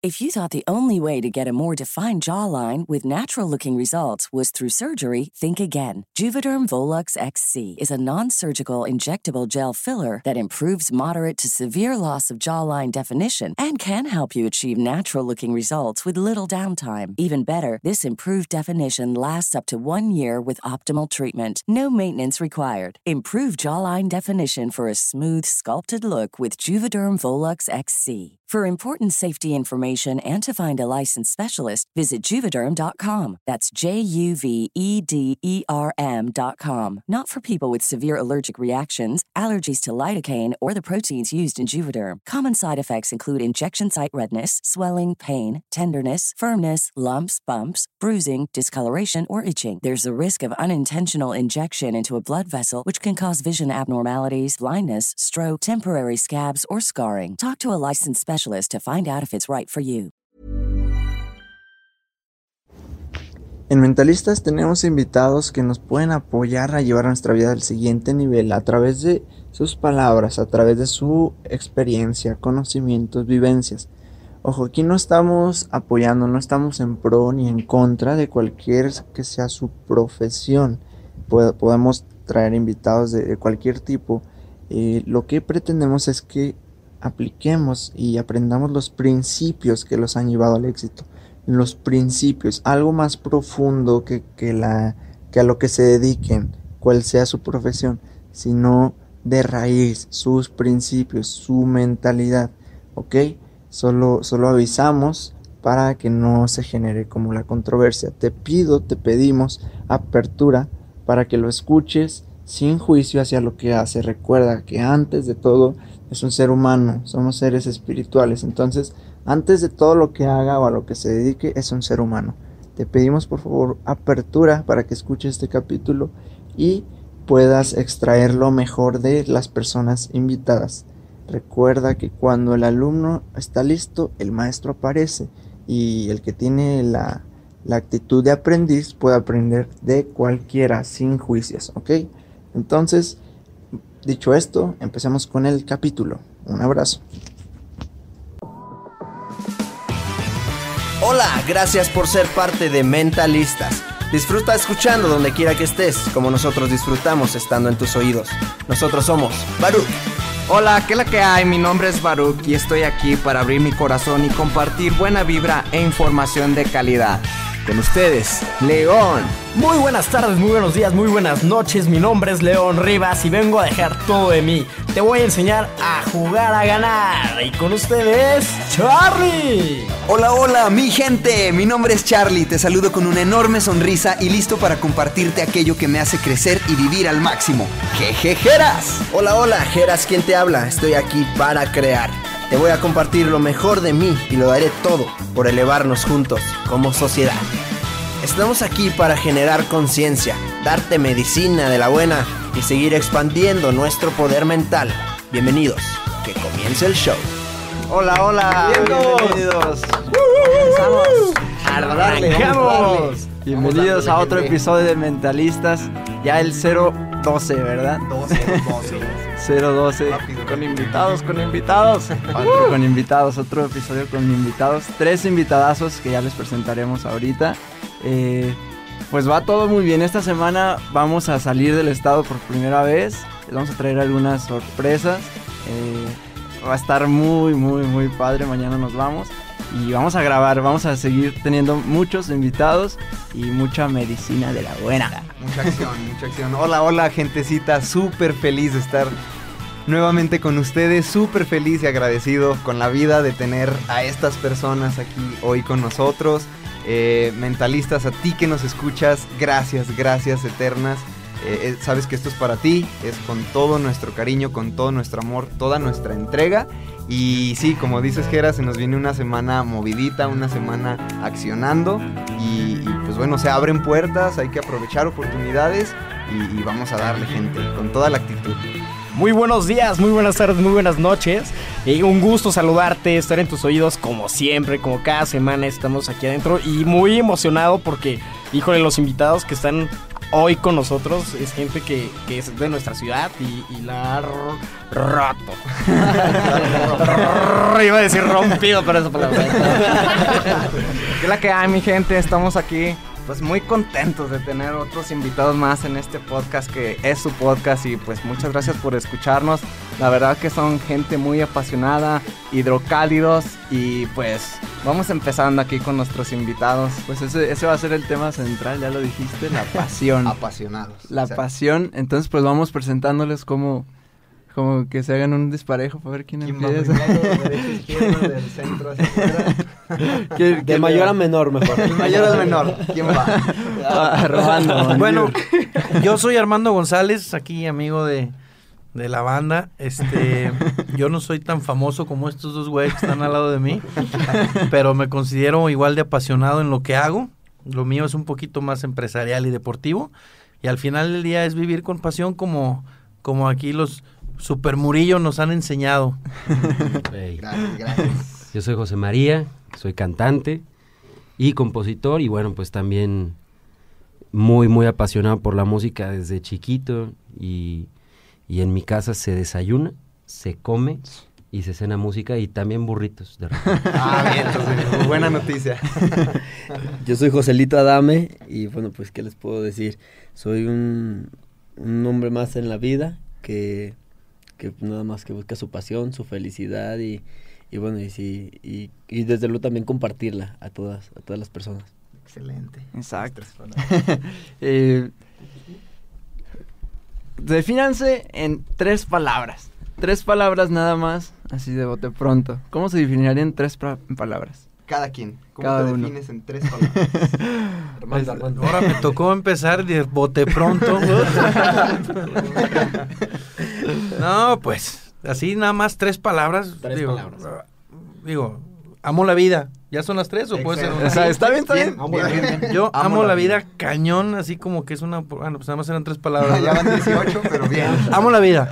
If you thought the only way to get a more defined jawline with natural-looking results was through surgery, think again. Juvederm Volux XC is a non-surgical injectable gel filler that improves moderate to severe loss of jawline definition and can help you achieve natural-looking results with little downtime. Even better, this improved definition lasts up to 1 year with optimal treatment. No maintenance required. Improve jawline definition for a smooth, sculpted look with Juvederm Volux XC. For important safety information and to find a licensed specialist, visit Juvederm.com. That's Juvederm.com. Not for people with severe allergic reactions, allergies to lidocaine, or the proteins used in Juvederm. Common side effects include injection site redness, swelling, pain, tenderness, firmness, lumps, bumps, bruising, discoloration, or itching. There's a risk of unintentional injection into a blood vessel, which can cause vision abnormalities, blindness, stroke, temporary scabs, or scarring. Talk to a licensed specialist to find out if it's right for you. En Mentalistas tenemos invitados que nos pueden apoyar a llevar nuestra vida al siguiente nivel a través de sus palabras, a través de su experiencia, conocimientos, vivencias. Ojo, aquí no estamos apoyando, no estamos en pro ni en contra de cualquier que sea su profesión. Podemos traer invitados de cualquier tipo. Lo que pretendemos es que apliquemos y aprendamos los principios que los han llevado al éxito. Los principios, algo más profundo que a lo que se dediquen, cual sea su profesión, sino de raíz, sus principios, su mentalidad, ¿ok? Solo avisamos para que no se genere como la controversia. Te pedimos apertura para que lo escuches sin juicio hacia lo que hace. Recuerda que antes de todo es un ser humano, somos seres espirituales, entonces antes de todo lo que haga o a lo que se dedique es un ser humano. Te pedimos por favor apertura para que escuches este capítulo y puedas extraer lo mejor de las personas invitadas. Recuerda que cuando el alumno está listo, el maestro aparece, y el que tiene la actitud de aprendiz puede aprender de cualquiera sin juicios, ¿ok? Entonces, dicho esto, empecemos con el capítulo. Un abrazo. Hola, gracias por ser parte de Mentalistas. Disfruta escuchando donde quiera que estés, como nosotros disfrutamos estando en tus oídos. Nosotros somos Baruch. Hola, ¿qué es la que hay? Mi nombre es Baruch y estoy aquí para abrir mi corazón y compartir buena vibra e información de calidad. Con ustedes, León. Muy buenas tardes, muy buenos días, muy buenas noches. Mi nombre es León Rivas y vengo a dejar todo de mí. Te voy a enseñar a jugar a ganar. Y con ustedes, Charlie. Hola, mi gente. Mi nombre es Charlie. Te saludo con una enorme sonrisa y listo para compartirte aquello que me hace crecer y vivir al máximo. Jejejeras. Hola, Jeras, ¿quién te habla? Estoy aquí para crear. Te voy a compartir lo mejor de mí y lo daré todo por elevarnos juntos como sociedad. Estamos aquí para generar conciencia, darte medicina de la buena y seguir expandiendo nuestro poder mental. Bienvenidos, que comience el show. Hola. Bienvenidos. ¡Arrancamos! Bienvenidos a otro episodio de Mentalistas. Ya el 012, ¿verdad? 012. Con invitados. Otro episodio con invitados. 3 invitadazos que ya les presentaremos ahorita. Pues va todo muy bien. Esta semana vamos a salir del estado por primera vez. Les vamos a traer algunas sorpresas. Va a estar muy padre. Mañana nos vamos y vamos a grabar. Vamos a seguir teniendo muchos invitados y mucha medicina de la buena. Mucha acción. Hola, gentecita. Súper feliz de estar nuevamente con ustedes. Súper feliz y agradecido con la vida de tener a estas personas aquí hoy con nosotros. Mentalistas, a ti que nos escuchas, gracias eternas. Sabes que esto es para ti, es con todo nuestro cariño, con todo nuestro amor, toda nuestra entrega. Y sí, como dices, Jera, se nos viene una semana movidita, una semana accionando. Y pues bueno, se abren puertas, hay que aprovechar oportunidades y vamos a darle, gente, con toda la actitud. Muy buenos días, muy buenas tardes, muy buenas noches. Un gusto saludarte, estar en tus oídos como siempre, como cada semana estamos aquí adentro. Y muy emocionado porque, híjole, los invitados que están hoy con nosotros es gente que es de nuestra ciudad y la ha roto. Iba a decir rompido, pero esa palabra. ¿Qué es la que hay, mi gente? Estamos aquí pues muy contentos de tener otros invitados más en este podcast que es su podcast y pues muchas gracias por escucharnos. La verdad que son gente muy apasionada, hidrocálidos y pues vamos empezando aquí con nuestros invitados. Pues ese va a ser el tema central, ya lo dijiste, la pasión. Apasionados. La pasión, entonces pues vamos presentándoles como que se hagan un disparejo para ver quién empieza. Derecha, izquierda, del centro hacia afuera. De mayor a menor, mejor. El mayor al menor. ¿Quién va? Armando. Bueno, yo soy Armando González, aquí amigo de la banda. Yo no soy tan famoso como estos dos güeyes que están al lado de mí, pero me considero igual de apasionado en lo que hago. Lo mío es un poquito más empresarial y deportivo, y al final del día es vivir con pasión como aquí los Super Murillo nos han enseñado. Hey. Gracias. Yo soy José María, soy cantante y compositor y bueno, pues también muy, muy apasionado por la música desde chiquito y en mi casa se desayuna, se come y se cena música y también burritos. De repente. Bien, entonces, buena noticia. Yo soy Joselito Adame y bueno, pues ¿qué les puedo decir? Soy un hombre más en la vida que nada más que busca su pasión, su felicidad y bueno, y desde luego también compartirla a todas las personas. Excelente. Exacto. Defínanse en 3 palabras. 3 palabras nada más, así de bote pronto. ¿Cómo se definirían en 3 palabras? Cada quien. ¿Cómo Cada te uno. defines en 3 palabras? Armando. Ahora me tocó empezar de bote pronto. No, pues, así nada más 3 palabras. 3 palabras. Digo, amo la vida. ¿Ya son las 3 o puede ser una? O sea, está bien. Bien. Yo amo la vida cañón, así como que es una... Bueno, pues nada más eran 3 palabras. Ya van 18, pero bien. Amo la vida.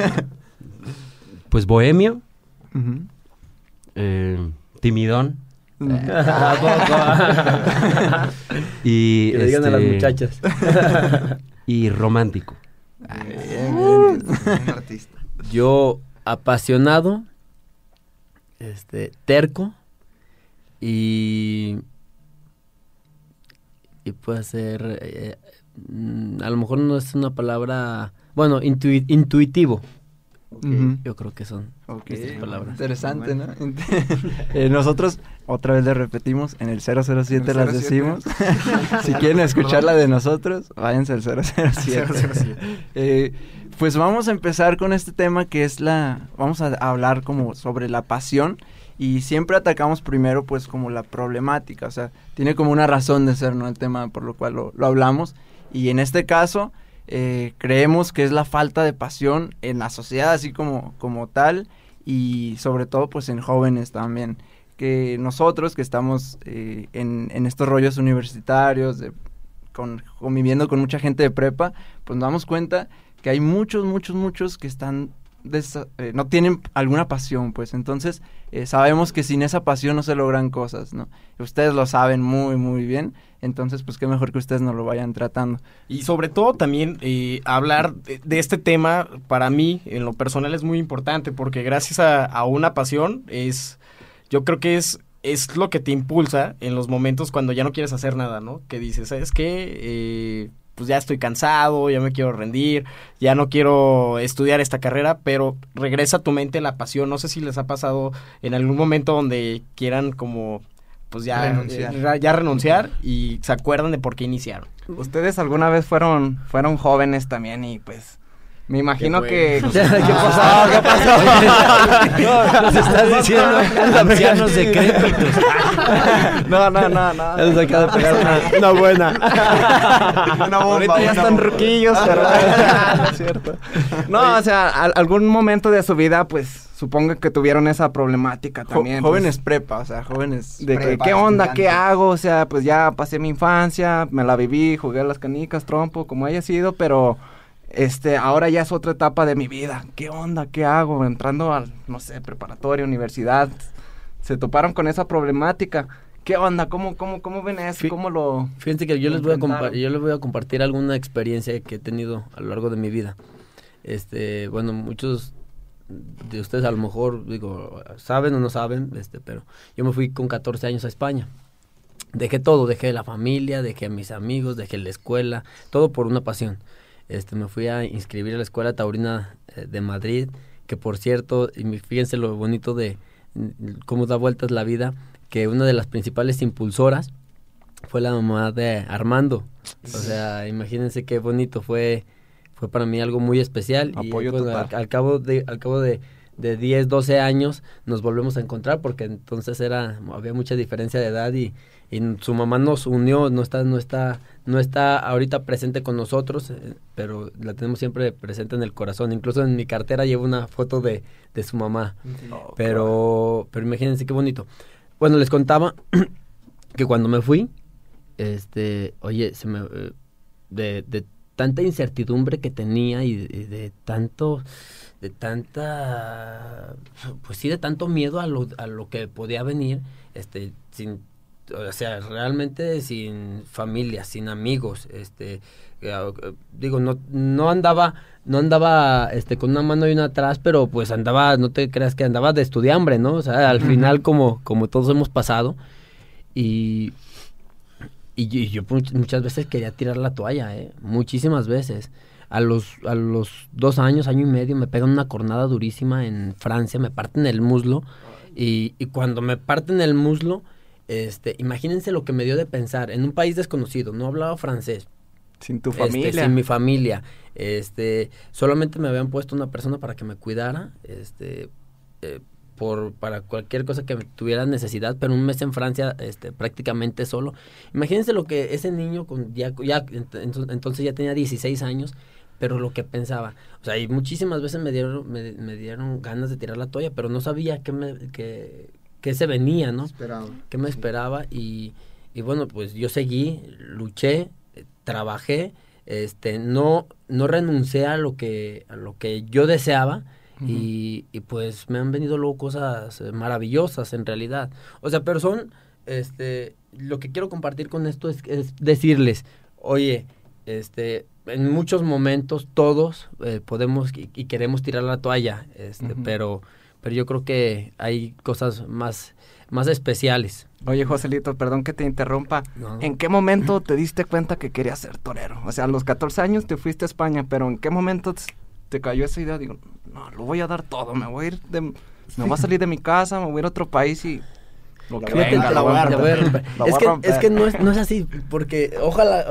Pues bohemio, Uh-huh. timidón. Y Que le digan a las muchachas. y romántico. Bien artista. Yo apasionado, terco y puede ser, a lo mejor no es una palabra, bueno, intuitivo. Uh-huh. Yo creo que son estas palabras. Interesante, ¿no? Nosotros, otra vez le repetimos, en el 007 En el las 07. decimos. Si quieren escuchar la de nosotros, váyanse al 007. Pues vamos a empezar con este tema que es vamos a hablar como sobre la pasión. Y siempre atacamos primero pues como la problemática, o sea, tiene como una razón de ser, ¿no? El tema por lo cual lo hablamos. Y en este caso... creemos que es la falta de pasión en la sociedad así como tal y sobre todo pues en jóvenes también, que nosotros que estamos en estos rollos universitarios conviviendo con mucha gente de prepa, pues nos damos cuenta que hay muchos que están no tienen alguna pasión, pues entonces sabemos que sin esa pasión no se logran cosas, ¿no? Ustedes lo saben muy muy bien, entonces pues qué mejor que ustedes nos lo vayan tratando. Y sobre todo también hablar de este tema, para mí en lo personal es muy importante, porque gracias a una pasión yo creo que es lo que te impulsa en los momentos cuando ya no quieres hacer nada, ¿no? Que dices, ¿sabes qué? Pues ya estoy cansado, ya me quiero rendir, ya no quiero estudiar esta carrera, pero regresa a tu mente la pasión. No sé si les ha pasado en algún momento donde quieran como, pues ya renunciar y se acuerdan de por qué iniciaron. Ustedes alguna vez fueron jóvenes también y pues me imagino que... ¿Qué pasó? Nos estás diciendo ancianos decrépitos. No. Nos acaba de pegar una buena. Una bomba. Ahorita ya están ruquillos, pero no es cierto. No, o sea, algún momento de su vida, pues, supongo que tuvieron esa problemática también. Jóvenes pues, prepa, o sea, jóvenes... de que, prepa, ¿qué onda? estudiantes. ¿Qué hago? O sea, pues ya pasé mi infancia, me la viví, jugué a las canicas, trompo, como haya sido, pero... ahora ya es otra etapa de mi vida. ¿Qué onda? ¿Qué hago? Entrando al, no sé, preparatoria, universidad. Se toparon con esa problemática. ¿Qué onda? ¿Cómo ven eso? ¿Cómo lo...? Fíjense que yo les voy a compartir alguna experiencia que he tenido a lo largo de mi vida. Bueno, muchos de ustedes a lo mejor, saben o no saben, pero yo me fui con 14 años a España. Dejé todo, dejé la familia, dejé a mis amigos, dejé la escuela, todo por una pasión. Me fui a inscribir a la Escuela Taurina de Madrid, que por cierto, y fíjense lo bonito de cómo da vueltas la vida, que una de las principales impulsoras fue la mamá de Armando. O sea, imagínense qué bonito, fue para mí algo muy especial. Apoyo y pues, total. al cabo de 10, 12 años nos volvemos a encontrar, porque entonces había mucha diferencia de edad y su mamá nos unió. No está ahorita presente con nosotros, pero la tenemos siempre presente en el corazón. Incluso en mi cartera llevo una foto de su mamá. Pero imagínense qué bonito. Bueno, les contaba que cuando me fui, oye, de tanta incertidumbre que tenía y de tanta, pues sí, de tanto miedo a lo que podía venir, realmente sin familia, sin amigos, no andaba con una mano y una atrás, pero pues andaba, no te creas que andaba de estudiambre, ¿no? O sea, al final como todos hemos pasado, y yo muchas veces quería tirar la toalla, muchísimas veces. A los 2 años, año y medio, me pegan una cornada durísima en Francia, me parten el muslo, y cuando me parten el muslo, imagínense lo que me dio de pensar, en un país desconocido, no hablaba francés. Sin tu familia. Sin mi familia. Solamente me habían puesto una persona para que me cuidara, para cualquier cosa que tuviera necesidad, pero un mes en Francia, prácticamente solo. Imagínense lo que ese niño entonces ya tenía 16 años, pero lo que pensaba, o sea, y muchísimas veces me dieron ganas de tirar la toalla, pero no sabía qué se venía, ¿no? Qué me esperaba, y bueno, pues yo seguí, luché, trabajé, no renuncié a lo que yo deseaba. Y pues me han venido luego cosas maravillosas en realidad. O sea, pero son, lo que quiero compartir con esto es decirles, oye, en muchos momentos todos podemos y queremos tirar la toalla, pero yo creo que hay cosas más especiales. Oye, Joselito, perdón que te interrumpa. No. ¿En qué momento te diste cuenta que querías ser torero? O sea, a los 14 años te fuiste a España, pero ¿en qué momento te cayó esa idea? Digo, no, lo voy a dar todo, me voy a salir de mi casa, me voy a ir a otro país y lo que venga, lo voy a romper. Es que no es así, porque ojalá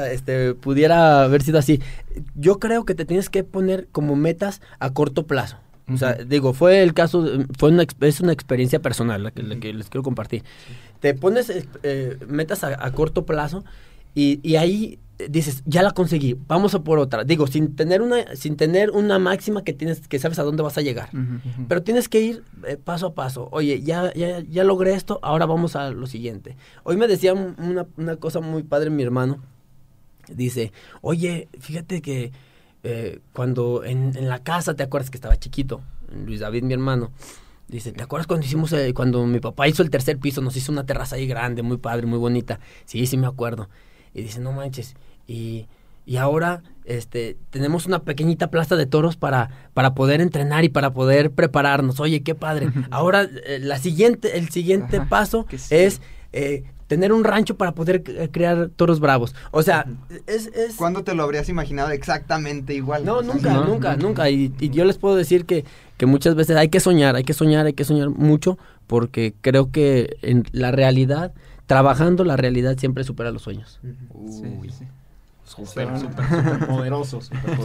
pudiera haber sido así. Yo creo que te tienes que poner como metas a corto plazo. O sea, digo, fue el caso, es una experiencia personal la que les quiero compartir. Te pones metas a corto plazo y ahí dices, ya la conseguí, vamos a por otra. Digo, sin tener una máxima que sabes a dónde vas a llegar. Pero tienes que ir paso a paso. Oye, ya logré esto, ahora vamos a lo siguiente. Hoy me decía una cosa muy padre mi hermano. Dice, oye, fíjate que cuando en la casa, ¿te acuerdas que estaba chiquito? Luis David, mi hermano. Dice, ¿te acuerdas cuando mi papá hizo el 3er piso? Nos hizo una terraza ahí grande, muy padre, muy bonita. Sí me acuerdo. Y dice, no manches, y ahora tenemos una pequeñita plaza de toros para poder entrenar y para poder prepararnos. Oye, qué padre. Ahora el siguiente paso es tener un rancho para poder criar toros bravos. O sea, es... ¿Cuándo te lo habrías imaginado exactamente igual? No, nunca. Y yo les puedo decir que muchas veces hay que soñar mucho, porque creo que en la realidad, trabajando, la realidad siempre supera los sueños. Sí. Súper poderoso.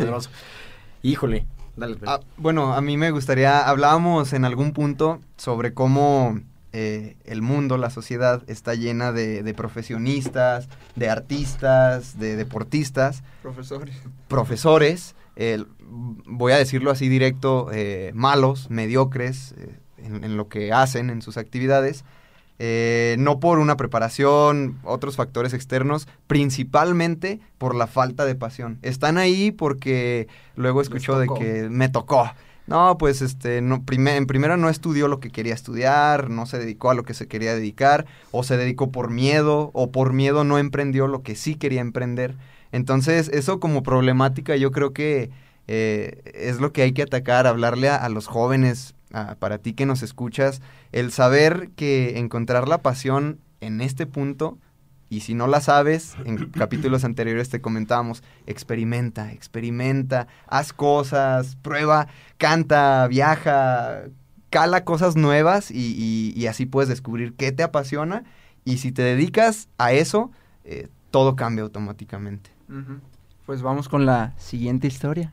Híjole, dale. Bueno, a mí me gustaría, hablábamos en algún punto sobre cómo el mundo, la sociedad está llena de profesionistas, de artistas, de deportistas. Profesores, voy a decirlo así directo, malos, mediocres en lo que hacen, en sus actividades. No por una preparación, otros factores externos, principalmente por la falta de pasión. Están ahí porque luego escucho de que me tocó, No, pues en primera no estudió lo que quería estudiar, no se dedicó a lo que se quería dedicar, o se dedicó por miedo, o por miedo no emprendió lo que sí quería emprender. Entonces, eso como problemática yo creo que es lo que hay que atacar, hablarle a los jóvenes, para ti que nos escuchas, el saber que encontrar la pasión en este punto, y si no la sabes, en capítulos anteriores te comentábamos, experimenta, haz cosas, prueba, canta, viaja, cala cosas nuevas y así puedes descubrir qué te apasiona, y si te dedicas a eso, todo cambia automáticamente. Pues vamos con la siguiente historia.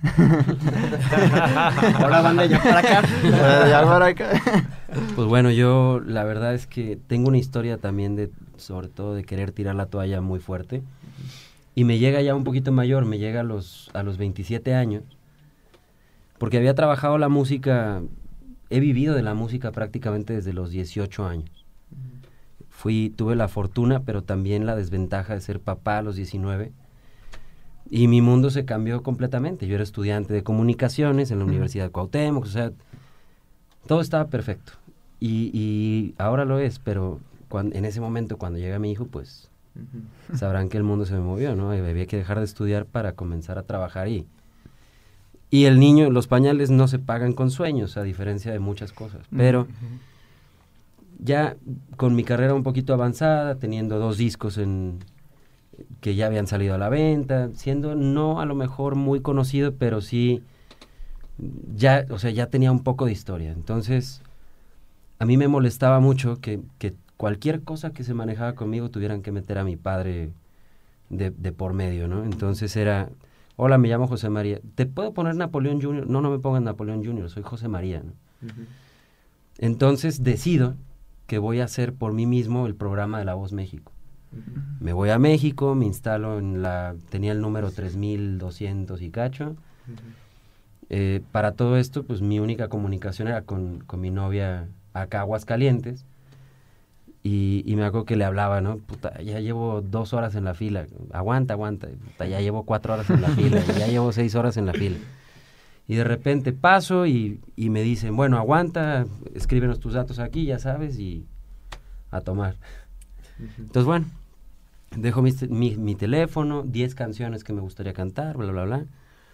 Ahora van de allá para acá. Pues bueno, yo la verdad es que tengo una historia también sobre todo de querer tirar la toalla muy fuerte. Y me llega ya un poquito mayor, me llega a los 27 años. Porque había trabajado la música, he vivido de la música prácticamente desde los 18 años. Tuve la fortuna, pero también la desventaja de ser papá a los 19. Y mi mundo se cambió completamente. Yo era estudiante de comunicaciones en la Universidad de Cuauhtémoc, o sea, todo estaba perfecto. Y ahora lo es, pero en ese momento, cuando llega mi hijo, pues sabrán que el mundo se me movió, ¿no? Y había que dejar de estudiar para comenzar a trabajar y el niño, los pañales no se pagan con sueños, a diferencia de muchas cosas. Pero ya con mi carrera un poquito avanzada, teniendo 2 discos que ya habían salido a la venta, siendo no a lo mejor muy conocido, pero sí ya tenía un poco de historia. Entonces, a mí me molestaba mucho que cualquier cosa que se manejaba conmigo tuvieran que meter a mi padre de por medio, ¿no? Entonces era, hola, me llamo José María, ¿te puedo poner Napoleón Jr.? No me pongan Napoleón Jr., soy José María, ¿no? Entonces decido que voy a hacer por mí mismo el programa de La Voz México. Me voy a México, me instalo tenía el número 3200 y cacho. Para todo esto, pues mi única comunicación era con mi novia acá, Aguascalientes, y me acuerdo que le hablaba, ¿no? Puta, ya llevo 2 horas en la fila, aguanta, puta, ya llevo 4 horas en la fila, ya llevo 6 horas en la fila. Y de repente paso y me dicen, bueno, aguanta, escríbenos tus datos aquí, ya sabes, y a tomar. Entonces, bueno, dejo mi teléfono, 10 canciones que me gustaría cantar, bla, bla, bla.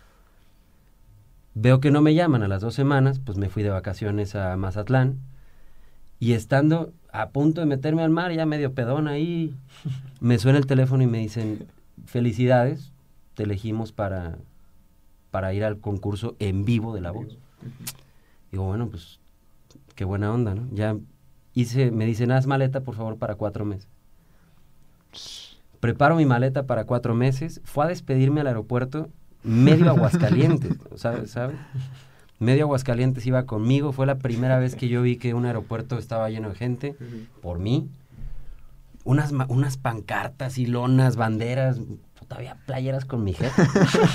Veo que no me llaman a las 2 semanas, pues me fui de vacaciones a Mazatlán. Y estando a punto de meterme al mar, ya medio pedón ahí, me suena el teléfono y me dicen, felicidades, te elegimos para ir al concurso en vivo de La Voz. Digo, bueno, pues, qué buena onda, ¿no? Ya me dicen, haz maleta, por favor, para 4 meses. Preparo mi maleta para 4 meses, fue a despedirme al aeropuerto, medio Aguascalientes, ¿sabes? Medio Aguascalientes iba conmigo, fue la primera vez que yo vi que un aeropuerto estaba lleno de gente, por mí. Unas pancartas y lonas, banderas, todavía playeras con mi jefe.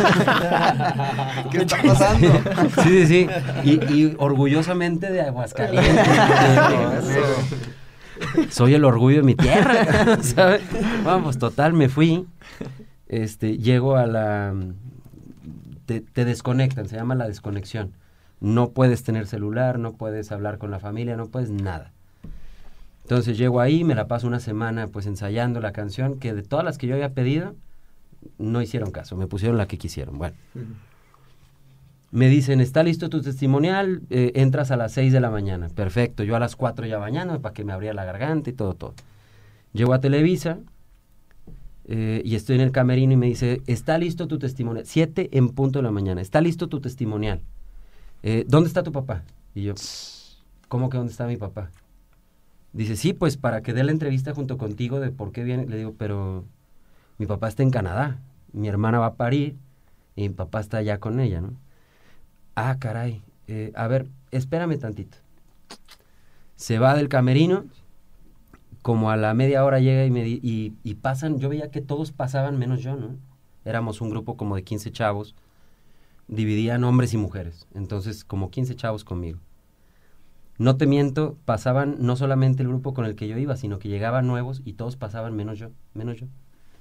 ¿Qué está pasando? Sí. Y orgullosamente de Aguascalientes. Soy el orgullo de mi tierra, ¿sabes? Vamos, total, me fui. Llego a te desconectan, se llama la desconexión. No puedes tener celular, no puedes hablar con la familia, no puedes nada. Entonces llego ahí, me la paso una semana pues ensayando la canción, que de todas las que yo había pedido, no hicieron caso, me pusieron la que quisieron. Bueno, me dicen, ¿está listo tu testimonial? Entras a las 6 de la mañana. Perfecto, yo a las 4 ya bañándome para que me abriera la garganta y todo. Llego a Televisa y estoy en el camerino y me dice, ¿está listo tu testimonial? 7 en punto de la mañana, ¿está listo tu testimonial? ¿Dónde está tu papá? Y yo, ¿cómo que dónde está mi papá? Dice, sí, pues para que dé la entrevista junto contigo de por qué viene. Le digo, pero mi papá está en Canadá, mi hermana va a parir y mi papá está allá con ella, ¿no? Ah, caray, a ver, espérame tantito. Se va del camerino, como a la media hora llega y pasan, yo veía que todos pasaban menos yo, ¿no? Éramos un grupo como de 15 chavos, dividían hombres y mujeres, entonces como 15 chavos conmigo. No te miento, pasaban no solamente el grupo con el que yo iba, sino que llegaban nuevos y todos pasaban menos yo.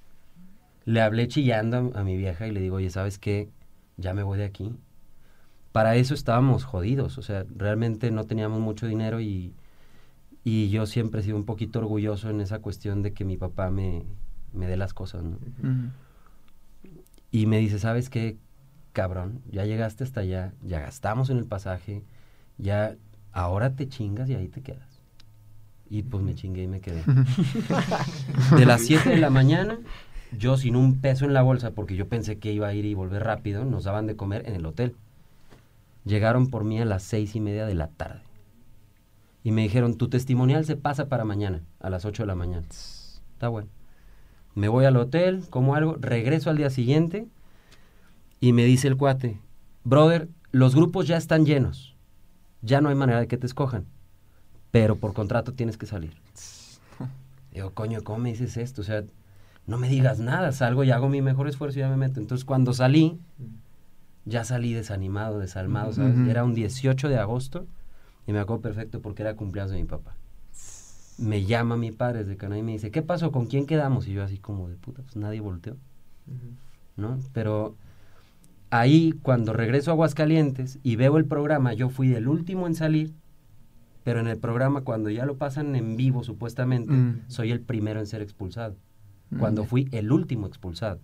Le hablé chillando a mi vieja y le digo, oye, ¿sabes qué? Ya me voy de aquí. para eso estábamos jodidos, o sea, realmente no teníamos mucho dinero y yo siempre he sido un poquito orgulloso en esa cuestión de que mi papá me dé las cosas, ¿no? Y me dice, ¿sabes qué, cabrón? Ya llegaste hasta allá, ya gastamos en el pasaje, ya ahora te chingas y ahí te quedas. Y pues me chingué y me quedé. De las 7 de la mañana, yo sin un peso en la bolsa, porque yo pensé que iba a ir y volver rápido, nos daban de comer en el hotel. Llegaron por mí a las 6:30 de la tarde. Y me dijeron, tu testimonial se pasa para mañana, a las 8 de la mañana. Está bueno. Me voy al hotel, como algo, regreso al día siguiente y me dice el cuate, brother, los grupos ya están llenos, ya no hay manera de que te escojan, pero por contrato tienes que salir. Digo, coño, ¿cómo me dices esto? O sea, no me digas nada, salgo y hago mi mejor esfuerzo y ya me meto. Entonces cuando salí, ya salí desanimado, desalmado, ¿sabes? Era un 18 de agosto y me acuerdo perfecto porque era cumpleaños de mi papá. Me llama mi padre desde Canadá y me dice, ¿qué pasó? ¿Con quién quedamos? Y yo así como de puta, pues nadie volteó, ¿no? Pero ahí, cuando regreso a Aguascalientes y veo el programa, yo fui el último en salir, pero en el programa, cuando ya lo pasan en vivo, supuestamente, soy el primero en ser expulsado, cuando fui el último expulsado.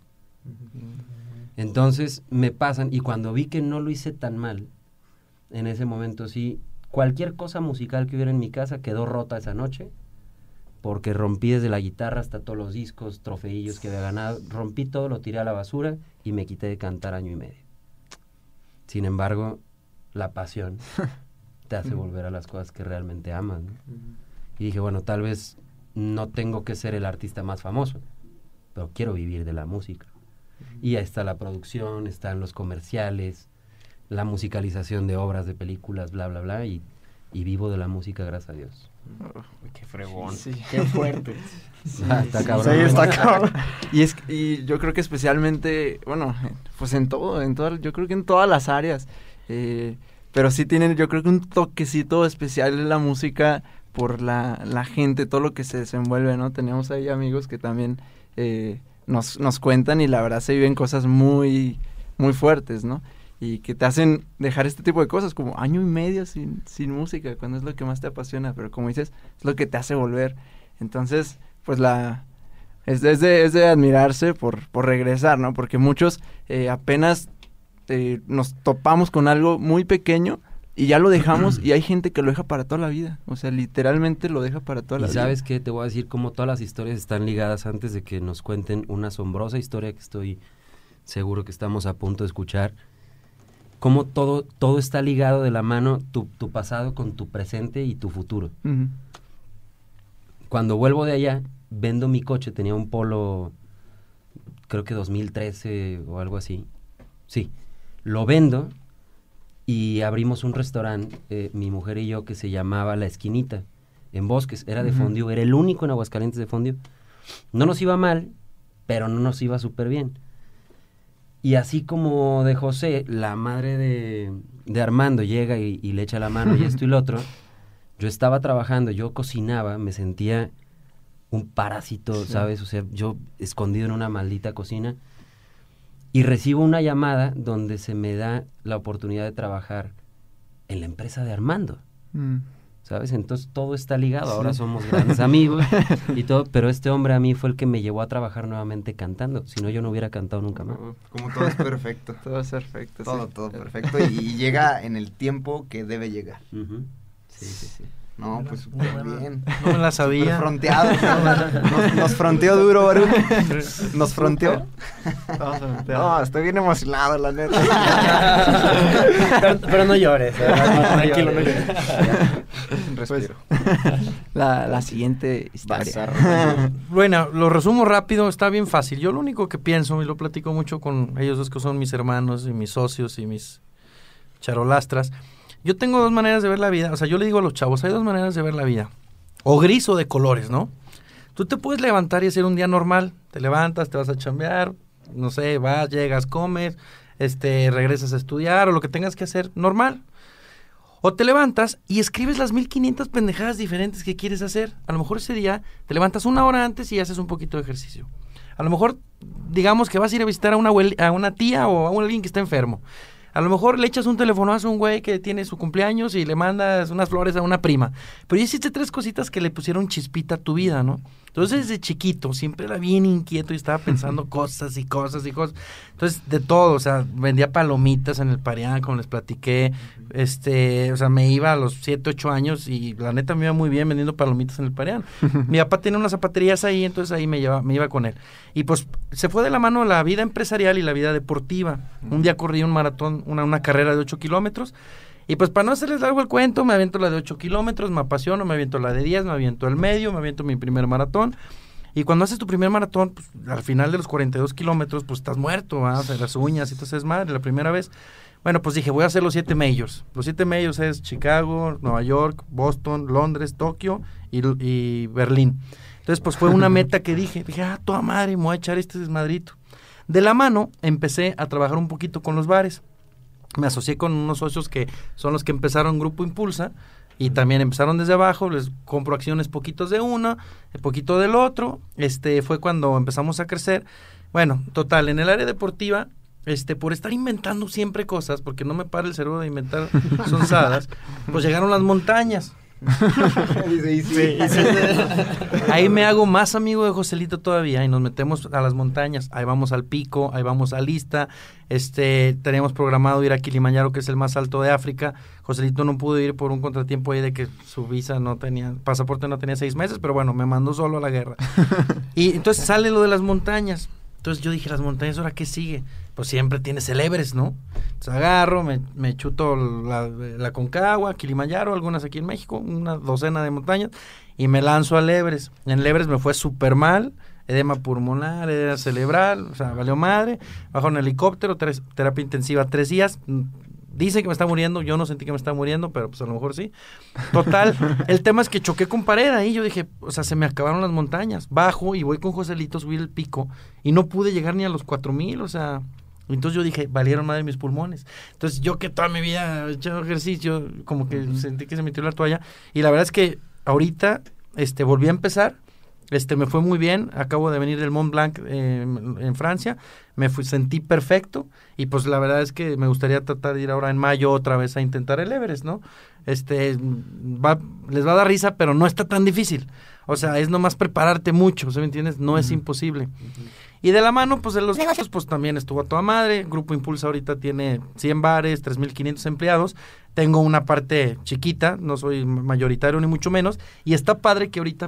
Entonces, me pasan, y cuando vi que no lo hice tan mal, en ese momento sí, cualquier cosa musical que hubiera en mi casa quedó rota esa noche, porque rompí desde la guitarra hasta todos los discos, trofeillos que había ganado, rompí todo, lo tiré a la basura y me quité de cantar 1 año y medio. Sin embargo, la pasión te hace volver a las cosas que realmente amas, ¿no? Y dije, bueno, tal vez no tengo que ser el artista más famoso, pero quiero vivir de la música. Y ahí está la producción, están los comerciales, la musicalización de obras, de películas, bla, bla, bla, y vivo de la música, gracias a Dios. Qué fregón. Sí. Qué fuerte. Está cabrón. Sí, está cabrón. Y yo creo que especialmente, bueno, pues en todo, yo creo que en todas las áreas, pero sí tienen, yo creo que un toquecito especial en la música por la gente, todo lo que se desenvuelve, ¿no? Tenemos ahí amigos que también nos cuentan y la verdad se viven cosas muy, muy fuertes, ¿no? Y que te hacen dejar este tipo de cosas, como 1 año y medio sin música, cuando es lo que más te apasiona, pero como dices, es lo que te hace volver. Entonces, pues es de admirarse por regresar, ¿no? Porque muchos apenas nos topamos con algo muy pequeño y ya lo dejamos, y hay gente que lo deja para toda la vida, o sea, literalmente lo deja para toda la vida. ¿Y sabes qué? Te voy a decir cómo todas las historias están ligadas antes de que nos cuenten una asombrosa historia que estoy seguro que estamos a punto de escuchar. Cómo todo está ligado de la mano, tu pasado con tu presente y tu futuro. Cuando vuelvo de allá, vendo mi coche, tenía un Polo, creo que 2013 o algo así. Sí, lo vendo y abrimos un restaurante, mi mujer y yo, que se llamaba La Esquinita, en Bosques, era de fondue, era el único en Aguascalientes de fondue. No nos iba mal, pero no nos iba súper bien. Y así como de José, la madre de Armando llega y le echa la mano y esto y lo otro, yo estaba trabajando, yo cocinaba, me sentía un parásito, ¿sabes? O sea, yo escondido en una maldita cocina, y recibo una llamada donde se me da la oportunidad de trabajar en la empresa de Armando. ¿Sabes? Entonces todo está ligado, ahora somos grandes amigos y todo, pero este hombre a mí fue el que me llevó a trabajar nuevamente cantando, si no yo no hubiera cantado nunca más. Como todo es perfecto. Todo es perfecto. Todo perfecto y llega en el tiempo que debe llegar. Sí. No, pues súper bien. No me la sabía. Fronteado. Nos fronteó duro, Baruch. Nos fronteó. No, estoy bien emocionado, la neta. pero no llores. Tranquilo, no llores. Respiro. La siguiente historia. Bueno, lo resumo rápido, está bien fácil. Yo lo único que pienso, y lo platico mucho con ellos dos que son mis hermanos y mis socios y mis charolastras. Yo tengo 2 maneras de ver la vida. O sea, yo le digo a los chavos, hay 2 maneras de ver la vida. O gris o de colores, ¿no? Tú te puedes levantar y hacer un día normal. Te levantas, te vas a chambear, no sé, vas, llegas, comes, regresas a estudiar o lo que tengas que hacer, normal. O te levantas y escribes las 1500 pendejadas diferentes que quieres hacer. A lo mejor ese día te levantas 1 hora antes y haces un poquito de ejercicio. A lo mejor, digamos que vas a ir a visitar a una tía o a alguien que está enfermo. A lo mejor le echas un telefonazo a un güey que tiene su cumpleaños y le mandas unas flores a una prima. Pero ya hiciste 3 cositas que le pusieron chispita a tu vida, ¿no? Entonces, desde chiquito, siempre era bien inquieto y estaba pensando cosas y cosas y cosas. Entonces, de todo, o sea, vendía palomitas en el Parián, como les platiqué. O sea, me iba a los 7, 8 años y la neta me iba muy bien vendiendo palomitas en el Parián. Mi papá tenía unas zapaterías ahí, entonces ahí me iba con él. Y pues, se fue de la mano la vida empresarial y la vida deportiva. Un día corrí un maratón, una carrera de 8 kilómetros. Y pues para no hacerles largo el cuento, me aviento la de 8 kilómetros, me apasiono, me aviento la de 10, me aviento el medio, me aviento mi primer maratón. Y cuando haces tu primer maratón, pues al final de los 42 kilómetros, pues estás muerto, ¿va? O sea, las uñas y todo es madre, la primera vez. Bueno, pues dije, voy a hacer los 7 majors. Los 7 majors es Chicago, Nueva York, Boston, Londres, Tokio y Berlín. Entonces, pues fue una meta que dije, toda madre, me voy a echar este desmadrito. De la mano, empecé a trabajar un poquito con los bares. Me asocié con unos socios que son los que empezaron Grupo Impulsa y también empezaron desde abajo, les compro acciones poquitos de uno, poquito del otro, fue cuando empezamos a crecer. Bueno, total, en el área deportiva, por estar inventando siempre cosas, porque no me para el cerebro de inventar sonsadas, pues llegaron las montañas. Sí. Ahí me hago más amigo de Joselito todavía y nos metemos a las montañas, ahí vamos al pico, ahí vamos a Lista, teníamos programado ir a Kilimanjaro, que es el más alto de África. Joselito no pudo ir por un contratiempo ahí de que su visa no tenía, pasaporte no tenía 6 meses, pero bueno, me mandó solo a la guerra. Y entonces sale lo de las montañas. Entonces yo dije, las montañas, ¿ahora qué sigue? Pues siempre tienes el Everest, ¿no? Entonces agarro, me chuto la Concagua, Kilimanjaro, algunas aquí en México, una docena de montañas, y me lanzo al Everest. En el Everest me fue súper mal, edema pulmonar, edema cerebral, o sea, valió madre. Bajo en helicóptero, terapia intensiva 3 días. Dice que me está muriendo, yo no sentí que me estaba muriendo, pero pues a lo mejor sí. Total, el tema es que choqué con pared ahí, yo dije, o sea, se me acabaron las montañas. Bajo y voy con Joselito a subir el pico y no pude llegar ni a los 4,000, o sea, entonces yo dije, valieron madre mis pulmones. Entonces yo que toda mi vida he hecho ejercicio, como que sentí que se me tiró la toalla y la verdad es que ahorita volví a empezar. Me fue muy bien, acabo de venir del Mont Blanc en Francia, sentí perfecto y pues la verdad es que me gustaría tratar de ir ahora en mayo otra vez a intentar el Everest, ¿no? Les va a dar risa, pero no está tan difícil, o sea, es nomás prepararte mucho, ¿sí me entiendes? No es imposible. Y de la mano, pues de los negocios, pues también estuvo a toda madre. Grupo Impulsa ahorita tiene 100 bares, 3,500 empleados. Tengo una parte chiquita, no soy mayoritario ni mucho menos. Y está padre que ahorita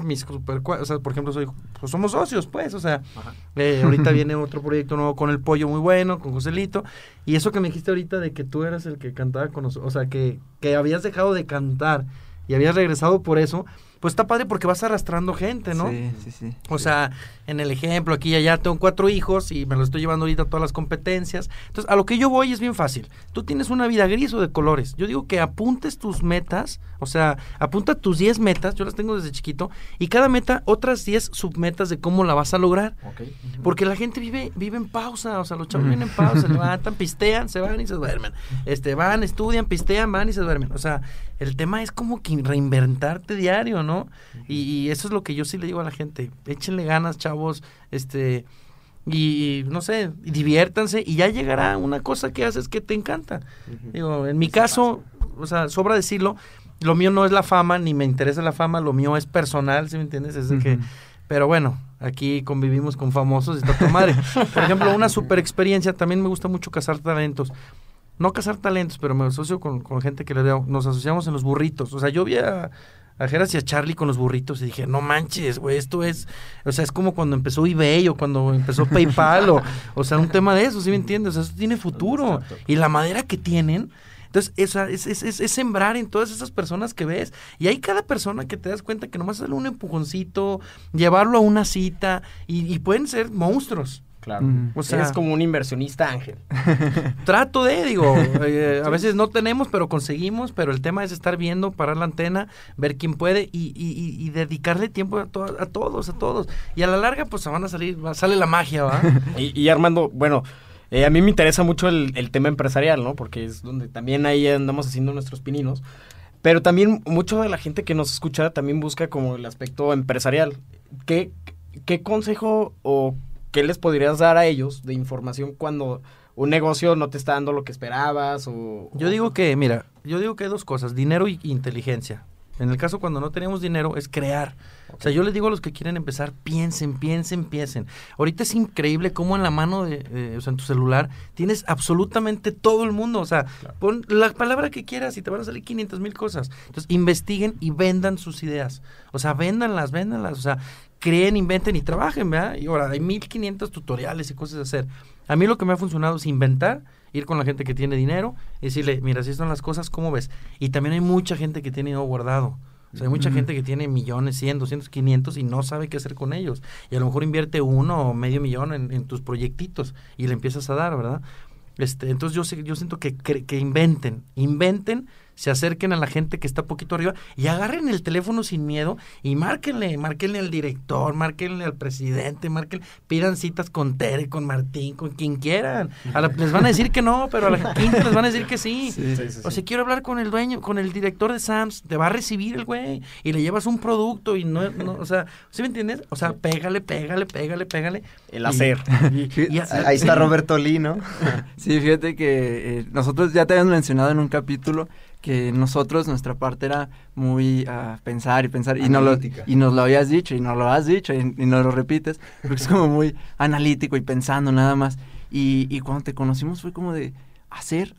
o sea, por ejemplo, pues somos socios, pues, o sea, ahorita viene otro proyecto nuevo con el Pollo muy bueno, con Joselito. Y eso que me dijiste ahorita de que tú eras el que cantaba con nosotros, o sea, que habías dejado de cantar y habías regresado por eso, pues está padre porque vas arrastrando gente, ¿no? Sí. O sea, en el ejemplo, aquí y allá tengo 4 hijos y me los estoy llevando ahorita a todas las competencias. Entonces, a lo que yo voy es bien fácil. Tú tienes una vida gris o de colores. Yo digo que apuntes tus metas, o sea, apunta tus 10 metas, yo las tengo desde chiquito, y cada meta, otras 10 submetas de cómo la vas a lograr. Okay. Porque la gente vive en pausa, o sea, los chavos viven en pausa, se levantan, pistean, se van y se duermen. Van, estudian, pistean, van y se duermen. O sea, el tema es como que reinventarte diario, ¿no? Y eso es lo que yo sí le digo a la gente. Échenle ganas, chavos, y no sé, y diviértanse y ya llegará una cosa que haces que te encanta. Digo, en mi caso, o sea, sobra decirlo, lo mío no es la fama, ni me interesa la fama, lo mío es personal, ¿sí me entiendes? Es de que, pero bueno, aquí convivimos con famosos y está tu madre. Por ejemplo, una super experiencia, también me gusta mucho cazar talentos. No cazar talentos, pero me asocio con gente que le veo, nos asociamos en los burritos. O sea, yo vi a Geras y a Charlie con los burritos y dije, no manches, güey, esto es, o sea, es como cuando empezó eBay o cuando empezó PayPal o sea, un tema de eso, ¿sí me entiendes? O sea, eso tiene futuro. Y la madera que tienen, entonces, es sembrar en todas esas personas que ves. Y hay cada persona que te das cuenta que nomás darle un empujoncito, llevarlo a una cita y pueden ser monstruos. Claro. O sea, eres como un inversionista ángel. Trato a veces no tenemos, pero conseguimos, pero el tema es estar viendo, parar la antena, ver quién puede y dedicarle tiempo a todos. Y a la larga, pues sale la magia, ¿va? y Armando, bueno, a mí me interesa mucho el tema empresarial, ¿no? Porque es donde también ahí andamos haciendo nuestros pininos. Pero también mucho de la gente que nos escucha también busca como el aspecto empresarial. ¿Qué consejo o qué les podrías dar a ellos de información cuando un negocio no te está dando lo que esperabas o... Yo digo que hay dos cosas, dinero y inteligencia. En el caso cuando no tenemos dinero es crear. O sea, yo les digo a los que quieren empezar, piensen. Ahorita es increíble cómo en la mano o sea, en tu celular tienes absolutamente todo el mundo. O sea, pon la palabra que quieras y te van a salir 500,000 cosas. Entonces, investiguen y vendan sus ideas. O sea, véndanlas. O sea, creen, inventen y trabajen, ¿verdad? Y ahora hay 1,500 tutoriales y cosas de hacer. A mí lo que me ha funcionado es inventar, ir con la gente que tiene dinero y decirle, mira, así están las cosas, ¿cómo ves? Y también hay mucha gente que tiene dinero guardado. O sea, hay mucha gente que tiene millones, 100, 200, 500 y no sabe qué hacer con ellos. Y a lo mejor invierte 1 o medio millón en tus proyectitos y le empiezas a dar, ¿verdad? Entonces yo siento que inventen, se acerquen a la gente que está poquito arriba y agarren el teléfono sin miedo y márquenle al director, márquenle al presidente, pidan citas con Tere, con Martín, con quien quieran. Les van a decir que no, pero a la quinta les van a decir que sí. O sea, quiero hablar con el dueño, con el director de Sam's, te va a recibir el güey y le llevas un producto y no o sea, ¿sí me entiendes? O sea, pégale. El hacer. Ahí está Roberto Lee, ¿no? Sí, fíjate que nosotros ya te habíamos mencionado en un capítulo que nuestra parte era muy pensar y nos lo habías dicho y nos lo has dicho y nos lo repites, porque es como muy analítico y pensando nada más. Y cuando te conocimos fue como de hacer,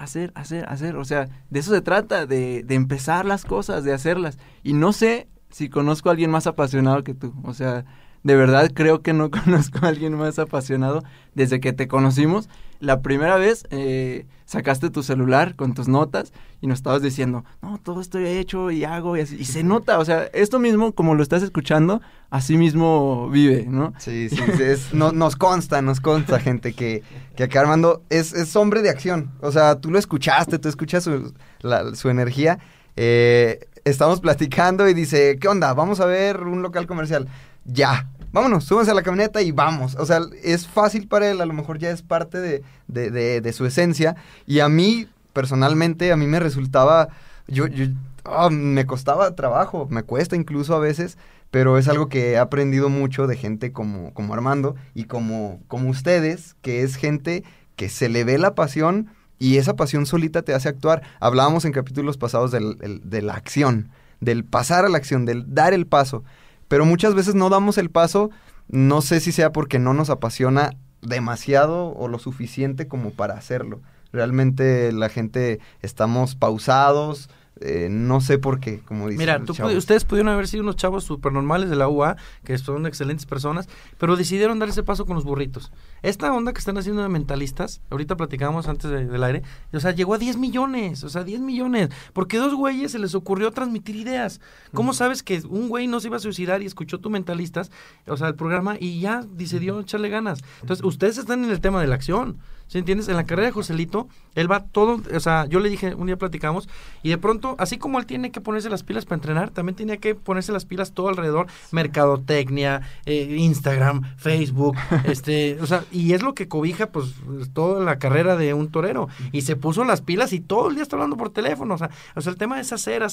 o sea, de eso se trata, de empezar las cosas, de hacerlas. Y no sé si conozco a alguien más apasionado que tú, o sea, de verdad creo que no conozco a alguien más apasionado desde que te conocimos. La primera vez sacaste tu celular con tus notas y nos estabas diciendo, no, todo esto he hecho y hago y así. Y se nota, o sea, esto mismo, como lo estás escuchando, así mismo vive, ¿no? Sí, nos consta, gente, que acá Armando es hombre de acción. O sea, tú lo escuchaste, tú escuchas su energía. Estamos platicando y dice, ¿qué onda? Vamos a ver un local comercial. Ya, vámonos, súbanse a la camioneta y vamos. O sea, es fácil para él, a lo mejor ya es parte de su esencia. Y a mí, personalmente, a mí me resultaba, me costaba trabajo, me cuesta incluso a veces, pero es algo que he aprendido mucho de gente como Armando y como ustedes, que es gente que se le ve la pasión y esa pasión solita te hace actuar. Hablábamos en capítulos pasados de la acción, del pasar a la acción, del dar el paso. Pero muchas veces no damos el paso, no sé si sea porque no nos apasiona demasiado o lo suficiente como para hacerlo. Realmente la gente estamos pausados, no sé por qué, como dicen. Mira, ustedes pudieron haber sido unos chavos súper normales de la UA, que son excelentes personas, pero decidieron dar ese paso con los burritos. Esta onda que están haciendo de mentalistas, ahorita platicábamos antes del aire, o sea, llegó a 10 millones, porque 2 güeyes se les ocurrió transmitir ideas. ¿Cómo sabes que un güey no se iba a suicidar y escuchó tu mentalistas, o sea, el programa, y ya decidió echarle ganas? Entonces, ustedes están en el tema de la acción, ¿sí entiendes? En la carrera de Joselito, él va todo, o sea, yo le dije, un día platicamos, y de pronto, así como él tiene que ponerse las pilas para entrenar, también tenía que ponerse las pilas todo alrededor, mercadotecnia, Instagram, Facebook, o sea, y es lo que cobija, pues, toda la carrera de un torero, y se puso las pilas y todo el día está hablando por teléfono, o sea, el tema es hacer,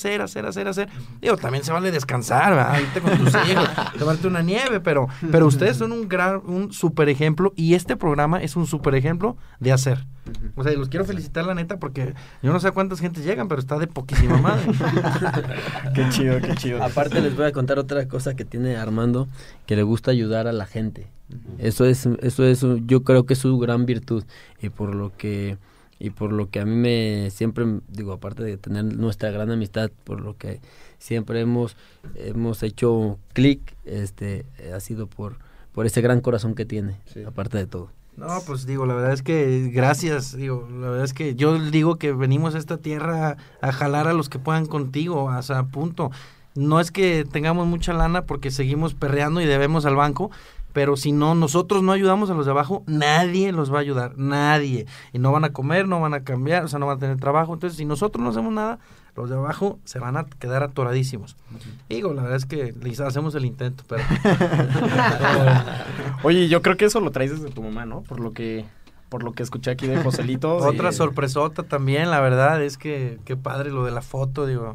digo, también se vale descansar, ¿verdad? Irte con tus hijos, tomarte una nieve, pero ustedes son un super ejemplo, y este programa es un super ejemplo de hacer. O sea, los quiero felicitar, la neta, porque yo no sé a cuántas gentes llegan, pero está de poquísima madre. Qué chido. Aparte les voy a contar otra cosa que tiene Armando, que le gusta ayudar a la gente. Eso es, yo creo que es su gran virtud, y por lo que a mí me siempre digo, aparte de tener nuestra gran amistad, por lo que siempre hemos hecho clic, ha sido por ese gran corazón que tiene, sí. Aparte de todo. No, pues digo, la verdad es que gracias, la verdad es que yo digo que venimos a esta tierra a jalar a los que puedan contigo, o sea, punto. No es que tengamos mucha lana porque seguimos perreando y debemos al banco, pero si no, nosotros no ayudamos a los de abajo, nadie los va a ayudar, nadie. Y no van a comer, no van a cambiar, o sea, no van a tener trabajo. Entonces, si nosotros no hacemos nada, los de abajo se van a quedar atoradísimos. Digo, la verdad es que hacemos el intento, pero... Oye, yo creo que eso lo traes desde tu mamá, ¿no? Por lo que escuché aquí de Joselito. Otra sorpresota también, la verdad, es que qué padre lo de la foto, digo...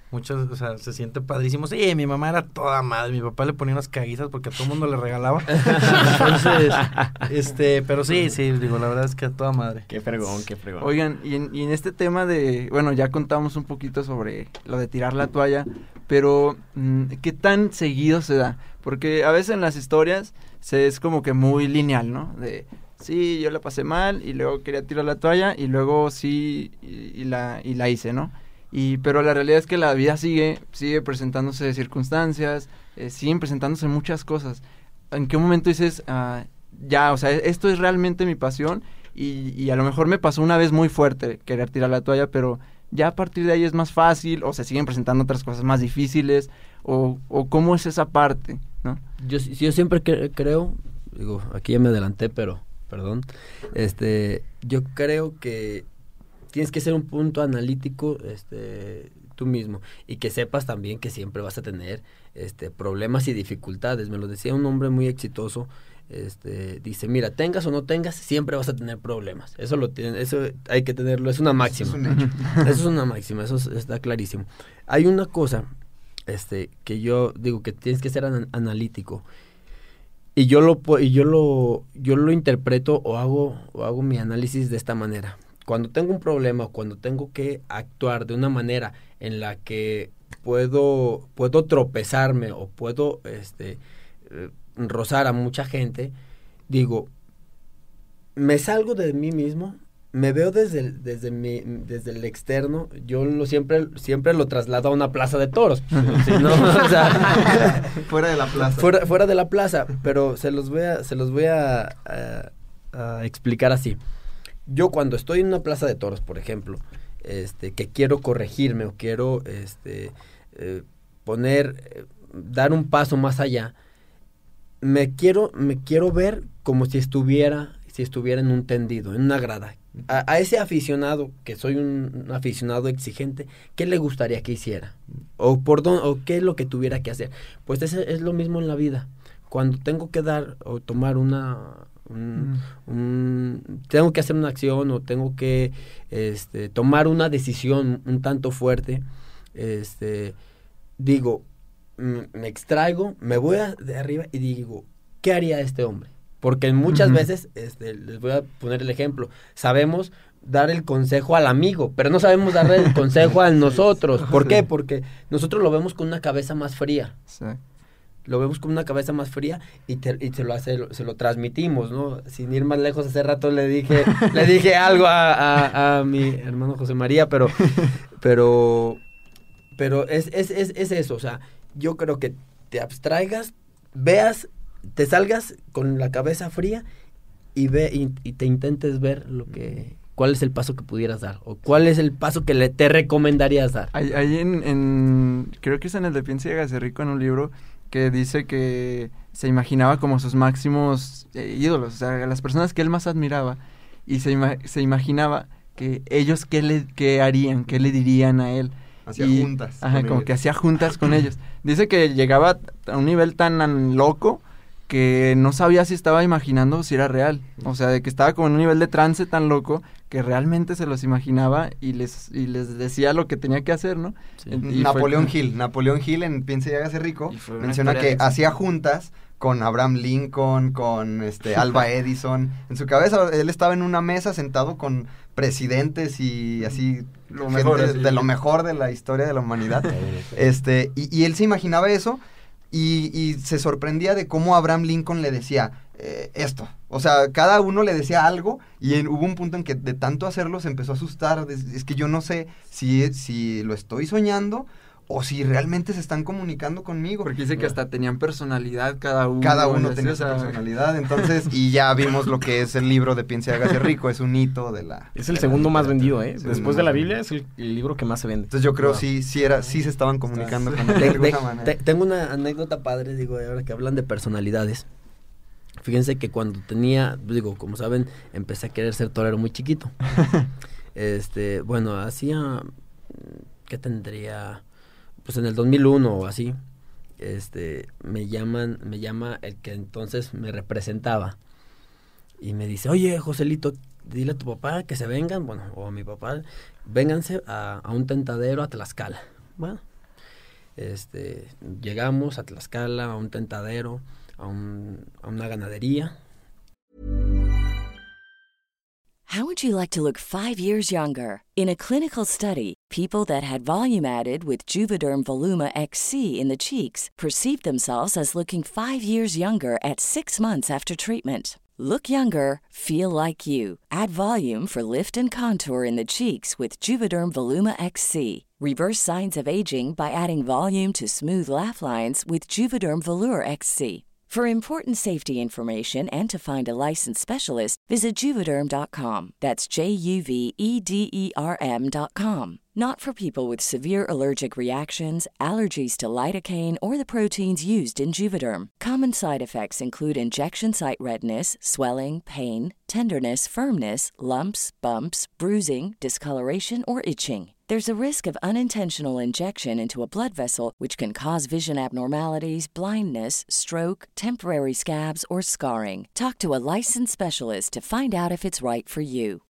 Muchos, o sea, se siente padrísimo. Sí, mi mamá era toda madre, mi papá le ponía unas caguizas porque a todo el mundo le regalaba. Entonces, pero sí, digo, la verdad es que a toda madre. Qué fregón. Oigan, y en este tema de, bueno, ya contamos un poquito sobre lo de tirar la toalla, pero ¿qué tan seguido se da? Porque a veces en las historias es como que muy lineal, ¿no? De, sí, yo la pasé mal y luego quería tirar la toalla y luego sí y la hice, ¿no? Pero la realidad es que la vida sigue presentándose circunstancias, siguen presentándose muchas cosas. ¿En qué momento dices, ya, o sea, esto es realmente mi pasión y a lo mejor me pasó una vez muy fuerte querer tirar la toalla, pero ya a partir de ahí es más fácil o se siguen presentando otras cosas más difíciles o cómo es esa parte, ¿no? Yo siempre creo, digo, aquí ya me adelanté, pero perdón, yo creo que tienes que ser un punto analítico, tú mismo, y que sepas también que siempre vas a tener, problemas y dificultades. Me lo decía un hombre muy exitoso, dice, mira, tengas o no tengas, siempre vas a tener problemas. Eso hay que tenerlo, es una máxima. Es un hecho. Eso es una máxima, eso está clarísimo. Hay una cosa, que yo digo que tienes que ser analítico. Y yo lo interpreto o hago mi análisis de esta manera. Cuando tengo un problema, cuando tengo que actuar de una manera en la que puedo tropezarme o puedo rozar a mucha gente, digo, me salgo de mí mismo, me veo desde el externo, yo siempre lo traslado a una plaza de toros, ¿sí, no? O sea, fuera de la plaza. Fuera de la plaza, pero se los voy a explicar así. Yo cuando estoy en una plaza de toros, por ejemplo, que quiero corregirme o quiero dar un paso más allá, me quiero ver como si estuviera en un tendido, en una grada. A ese aficionado, que soy un aficionado exigente, ¿qué le gustaría que hiciera? O qué es lo que tuviera que hacer. Pues es lo mismo en la vida. Cuando tengo que dar o tomar tengo que hacer una acción o tengo que tomar una decisión un tanto fuerte, digo, me extraigo, me voy de arriba y digo, ¿qué haría este hombre? Porque muchas veces, les voy a poner el ejemplo, sabemos dar el consejo al amigo, pero no sabemos darle el consejo a nosotros. ¿Por qué? Porque nosotros lo vemos con una cabeza más fría. Sí. Lo vemos con una cabeza más fría y se lo transmitimos, ¿no? Sin ir más lejos, hace rato le dije algo a mi hermano José María, pero es eso, o sea, yo creo que te abstraigas, veas, te salgas con la cabeza fría y te intentes ver cuál es el paso que pudieras dar o cuál es el paso que te recomendarías dar. Ahí creo que es en el de Piensa y Hágase Rico, en un libro que dice que se imaginaba como sus máximos ídolos, o sea, las personas que él más admiraba, y se imaginaba que ellos qué harían, qué le dirían a él. Hacía juntas. Ajá, como que hacía juntas con ellos. Dice que llegaba a un nivel tan loco que no sabía si estaba imaginando o si era real. O sea, de que estaba como en un nivel de trance tan loco que realmente se los imaginaba y les decía lo que tenía que hacer, ¿no? Sí. Napoleón Hill en Piensa y Hágase Rico menciona que hacía juntas con Abraham Lincoln, con Alva Edison. En su cabeza él estaba en una mesa sentado con presidentes y así lo mejor de la historia de la humanidad. Y él se imaginaba eso y se sorprendía de cómo Abraham Lincoln le decía esto. O sea, cada uno le decía algo y hubo un punto en que de tanto hacerlo se empezó a asustar. Es que yo no sé si lo estoy soñando o si realmente se están comunicando conmigo. Porque dice que hasta tenían personalidad cada uno. Cada uno tenía su personalidad, entonces, y ya vimos lo que es el libro de Piensa y Hágase Rico, es un hito de la... Es el segundo más vendido, después de la Biblia es el libro que más se vende. Entonces yo creo sí se estaban comunicando con él de alguna manera. Tengo una anécdota padre, ahora que hablan de personalidades. Fíjense que cuando como saben, empecé a querer ser torero muy chiquito. Hacía, ¿qué tendría? Pues en el 2001 o así, me llama el que entonces me representaba y me dice, oye, Joselito, dile a tu papá que se vengan, o a mi papá, vénganse a un tentadero a Tlaxcala. Bueno, Llegamos a Tlaxcala, a un tentadero, a una ganadería. How would you like to look 5 years younger? In a clinical study, people that had volume added with Juvederm Voluma XC in the cheeks perceived themselves as looking 5 years younger at 6 months after treatment. Look younger, feel like you. Add volume for lift and contour in the cheeks with Juvederm Voluma XC. Reverse signs of aging by adding volume to smooth laugh lines with Juvederm Volure XC. For important safety information and to find a licensed specialist, visit Juvederm.com. That's JUVEDERM.com. Not for people with severe allergic reactions, allergies to lidocaine, or the proteins used in Juvederm. Common side effects include injection site redness, swelling, pain, tenderness, firmness, lumps, bumps, bruising, discoloration, or itching. There's a risk of unintentional injection into a blood vessel, which can cause vision abnormalities, blindness, stroke, temporary scabs, or scarring. Talk to a licensed specialist to find out if it's right for you.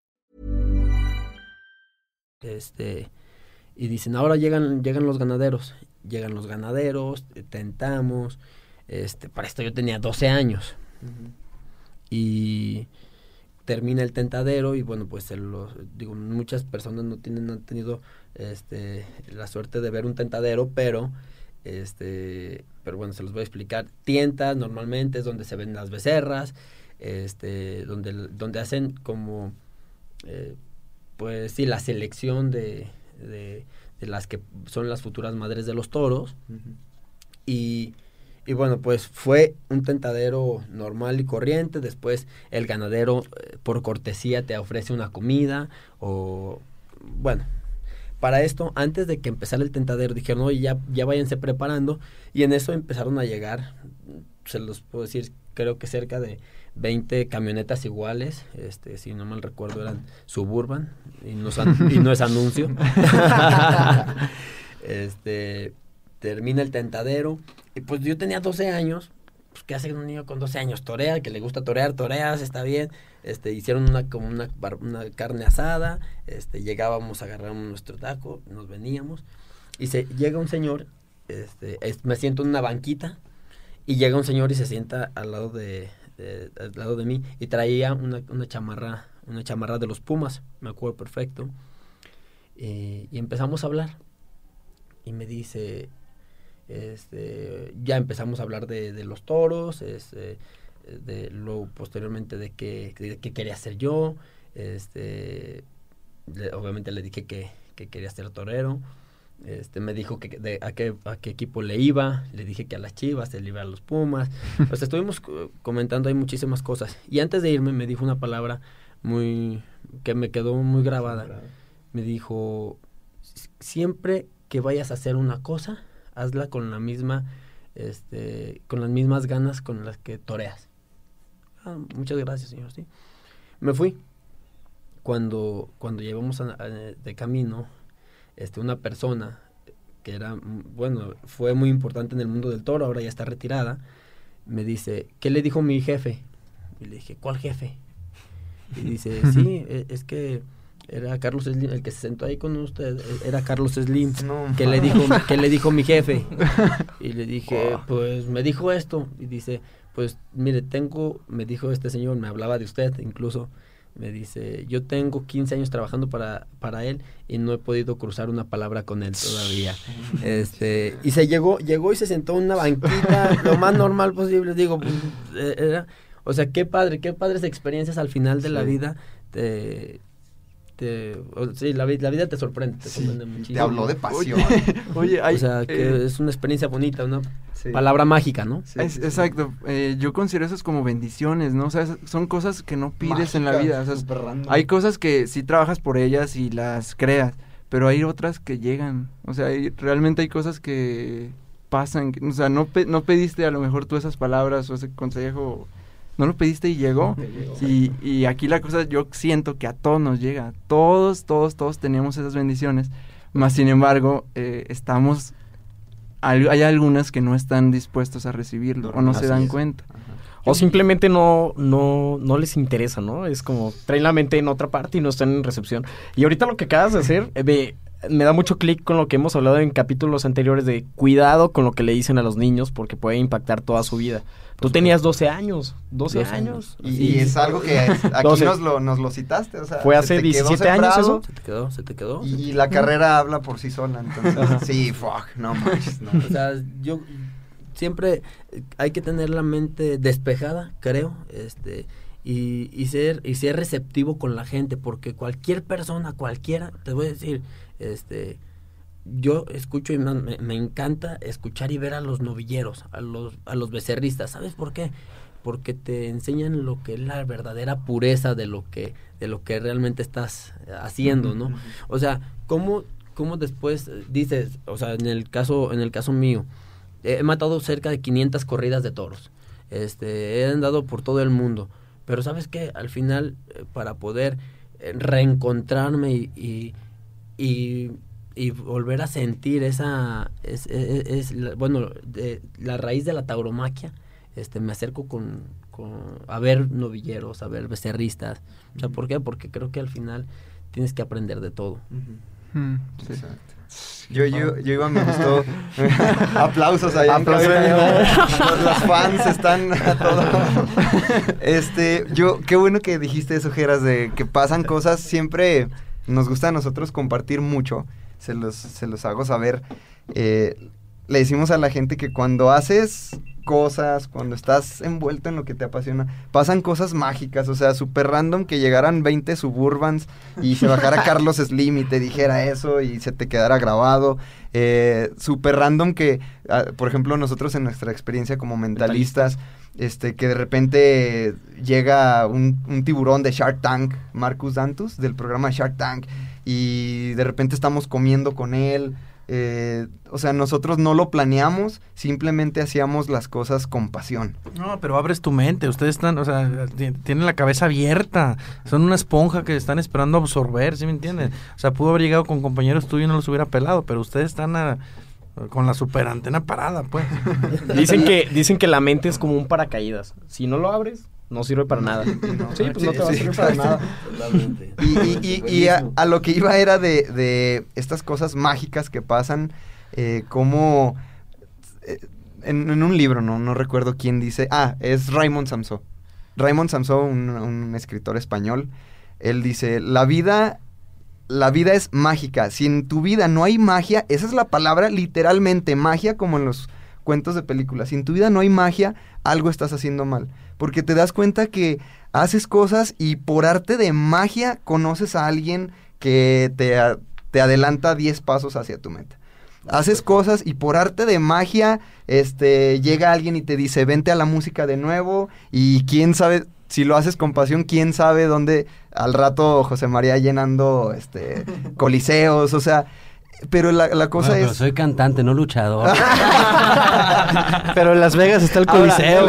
Y dicen, ahora llegan los ganaderos. Llegan los ganaderos, tentamos. Para esto yo tenía 12 años. Uh-huh. Y termina el tentadero y bueno, pues muchas personas no han tenido la suerte de ver un tentadero, pero bueno, se los voy a explicar. Tientas normalmente es donde se ven las becerras, donde hacen como pues sí, la selección de las que son las futuras madres de los toros. Uh-huh. Y bueno, pues fue un tentadero normal y corriente. Después el ganadero, por cortesía, te ofrece una comida o... Bueno, para esto, antes de que empezara el tentadero, dijeron, oye, ya váyanse preparando. Y en eso empezaron a llegar, se los puedo decir, creo que cerca de 20 camionetas iguales. Si no mal recuerdo, eran Suburban. Y no es anuncio. Termina el tentadero. Y pues yo tenía 12 años, pues ¿qué hace un niño con 12 años? Torea, que le gusta toreas, está bien. Hicieron una carne asada, llegábamos, agarramos nuestro taco, nos veníamos. Y llega un señor, me siento en una banquita, y llega un señor y se sienta al lado de mí, y traía una chamarra de los Pumas, me acuerdo perfecto. Y empezamos a hablar, y me dice... ya empezamos a hablar de los toros, posteriormente de qué quería hacer yo, obviamente le dije que quería ser torero, me dijo a qué equipo le iba, le dije que a las Chivas, él iba a los Pumas, pues estuvimos comentando ahí muchísimas cosas, y antes de irme me dijo una palabra que me quedó muy grabada, me dijo, siempre que vayas a hacer una cosa, hazla con la misma, con las mismas ganas con las que toreas. Muchas gracias, señor, sí. Me fui. Cuando llevamos de camino, una persona que era, bueno, fue muy importante en el mundo del toro, ahora ya está retirada, me dice, ¿qué le dijo mi jefe? Y le dije, ¿cuál jefe? Y dice, sí, es que era Carlos Slim, el que se sentó ahí con usted, era Carlos Slim, ¿qué le dijo mi jefe? Y le dije, pues me dijo esto, y dice, pues mire, me dijo este señor, me hablaba de usted incluso, me dice, yo tengo 15 años trabajando para él y no he podido cruzar una palabra con él todavía. Y se llegó y se sentó en una banquita, lo más normal posible, digo, era, o sea, qué padres experiencias al final de la vida, sí, la vida te sorprende, sorprende muchísimo. Te habló de pasión. Oye, o sea, que es una experiencia bonita, una palabra mágica, ¿no? Sí, exacto. Yo considero esas como bendiciones, ¿no? O sea, son cosas que no pides mágicas en la vida. O sea, hay cosas que sí trabajas por ellas y las creas, pero hay otras que llegan. O sea, realmente hay cosas que pasan. O sea, no pediste a lo mejor tú esas palabras o ese consejo. No lo pediste y llegó. Y aquí la cosa, yo siento que a todos nos llega. Todos tenemos esas bendiciones. Más sin embargo, hay algunas que no están dispuestos a recibirlo o no se dan cuenta. Ajá. O simplemente no les interesa, ¿no? Es como traen la mente en otra parte y no están en recepción. Y ahorita lo que acabas de hacer, me da mucho clic con lo que hemos hablado en capítulos anteriores de cuidado con lo que le dicen a los niños porque puede impactar toda su vida. Tú tenías 12 años. Y es algo que aquí nos lo citaste. O sea, fue hace 17 años eso. Se te quedó. Y la carrera habla por sí sola, entonces. Sí, no manches. No. O sea, yo siempre hay que tener la mente despejada, creo, y ser receptivo con la gente, porque cualquier persona, cualquiera, te voy a decir, yo escucho y me encanta escuchar y ver a los novilleros, a los becerristas. ¿Sabes por qué? Porque te enseñan lo que es la verdadera pureza de lo que realmente estás haciendo, ¿no? O sea, ¿cómo después dices, o sea, en el caso mío, he matado cerca de 500 corridas de toros. He andado por todo el mundo, pero ¿sabes qué? Al final, para poder reencontrarme y volver a sentir la raíz de la tauromaquia, me acerco a ver novilleros, a ver becerristas. O sea, ¿por qué? Porque creo que al final tienes que aprender de todo. Sí. Yo iba, me gustó. Aplausos allá. Los fans están a todo. Qué bueno que dijiste eso, Geras, de que pasan cosas. Siempre nos gusta a nosotros compartir mucho. Se los hago saber. Le decimos a la gente que cuando haces cosas, cuando estás envuelto en lo que te apasiona, pasan cosas mágicas, o sea, súper random que llegaran 20 Suburbans y se bajara Carlos Slim y te dijera eso y se te quedara grabado, súper random que, por ejemplo, nosotros en nuestra experiencia como mentalistas, que de repente llega un tiburón de Shark Tank, Marcus Dantus, del programa Shark Tank, y de repente estamos comiendo con él. O sea, nosotros no lo planeamos, simplemente hacíamos las cosas con pasión. No, pero abres tu mente, ustedes están, o sea, tienen la cabeza abierta, son una esponja que están esperando absorber, ¿sí me entiendes? O sea, pudo haber llegado con compañeros tuyos y no los hubiera pelado, pero ustedes están con la super antena parada, pues. Dicen que la mente es como un paracaídas, si no lo abres, no sirve para nada. No te va a servir para nada. Totalmente. Y a lo que iba era de estas cosas mágicas que pasan, como en un libro, no recuerdo quién dice, es Raymond Samson. Raymond Samson, un escritor español, él dice, la vida es mágica. Si en tu vida no hay magia, esa es la palabra, literalmente, magia, como en los cuentos de películas. Si en tu vida no hay magia, algo estás haciendo mal. Porque te das cuenta que haces cosas y por arte de magia conoces a alguien que te adelanta 10 pasos hacia tu meta. Haces cosas y por arte de magia llega alguien y te dice, vente a la música de nuevo, y quién sabe, si lo haces con pasión, quién sabe dónde al rato José María llenando coliseos, o sea, pero la cosa pero soy cantante, no luchador. Pero en Las Vegas está el Coliseo.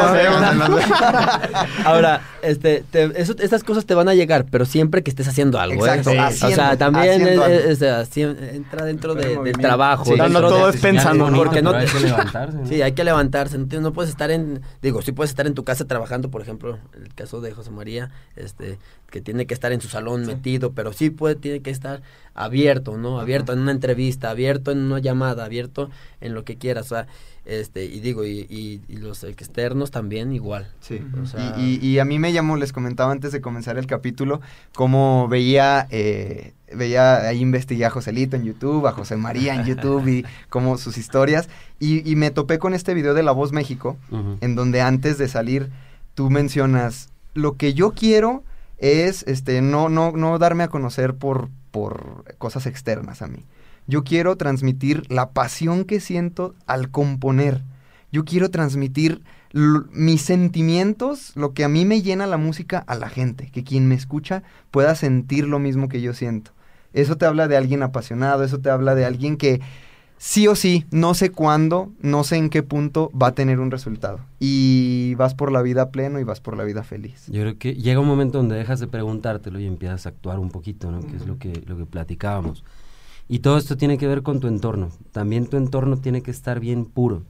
Ahora, estas cosas te van a llegar, pero siempre que estés haciendo algo. Exacto, o sea, también entra dentro del trabajo. Sí, no todo es pensando. Porque hay que levantarse, ¿no? Sí, hay que levantarse. No puedes estar sí puedes estar en tu casa trabajando, por ejemplo, en el caso de José María, que tiene que estar en su salón metido, pero sí tiene que estar abierto, ¿no? Abierto en una entrevista, abierto en una llamada, abierto en lo que quieras, o sea, y los externos también igual. Sí. O sea, y a mí me llamó, les comentaba antes de comenzar el capítulo, cómo veía, ahí investigué a Joselito en YouTube, a José María en YouTube y como sus historias, y me topé con este video de La Voz México, en donde antes de salir tú mencionas, lo que yo quiero es no darme a conocer por cosas externas a mí. Yo quiero transmitir la pasión que siento al componer. Yo quiero transmitir mis sentimientos, lo que a mí me llena la música, a la gente, que quien me escucha pueda sentir lo mismo que yo siento. Eso te habla de alguien apasionado, eso te habla de alguien que sí o sí, no sé cuándo, no sé en qué punto va a tener un resultado. Y vas por la vida pleno y vas por la vida feliz. Yo creo que llega un momento donde dejas de preguntártelo y empiezas a actuar un poquito, ¿no? Que es lo que platicábamos. Y todo esto tiene que ver con tu entorno. También tu entorno tiene que estar bien puro.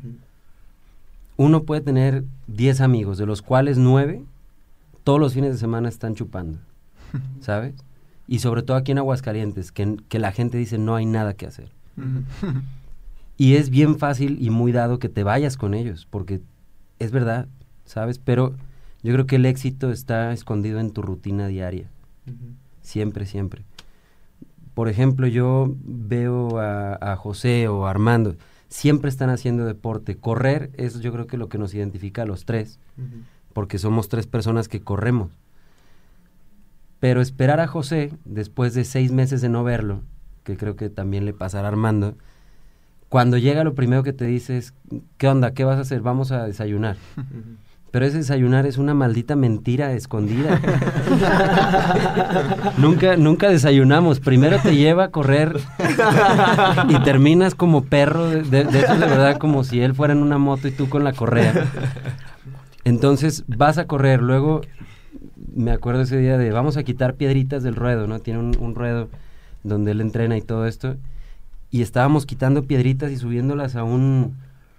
Uno puede tener 10 amigos, de los cuales 9 todos los fines de semana están chupando, ¿sabes? Y sobre todo aquí en Aguascalientes, que la gente dice no hay nada que hacer. Y es bien fácil y muy dado que te vayas con ellos, porque es verdad, ¿sabes? Pero yo creo que el éxito está escondido en tu rutina diaria. Siempre, siempre. Por ejemplo, yo veo a José o a Armando, siempre están haciendo deporte. Correr es yo creo que lo que nos identifica a los tres, porque somos 3 personas que corremos. Pero esperar a José, después de 6 meses de no verlo, que creo que también le pasará a Armando, cuando llega lo primero que te dice es, ¿qué onda? ¿Qué vas a hacer? Vamos a desayunar. Pero ese desayunar es una maldita mentira escondida. Nunca desayunamos. Primero te lleva a correr y terminas como perro, de eso de verdad, como si él fuera en una moto y tú con la correa. Entonces vas a correr, luego me acuerdo ese día de vamos a quitar piedritas del ruedo, ¿no? Tiene un ruedo donde él entrena y todo esto, y estábamos quitando piedritas y subiéndolas a una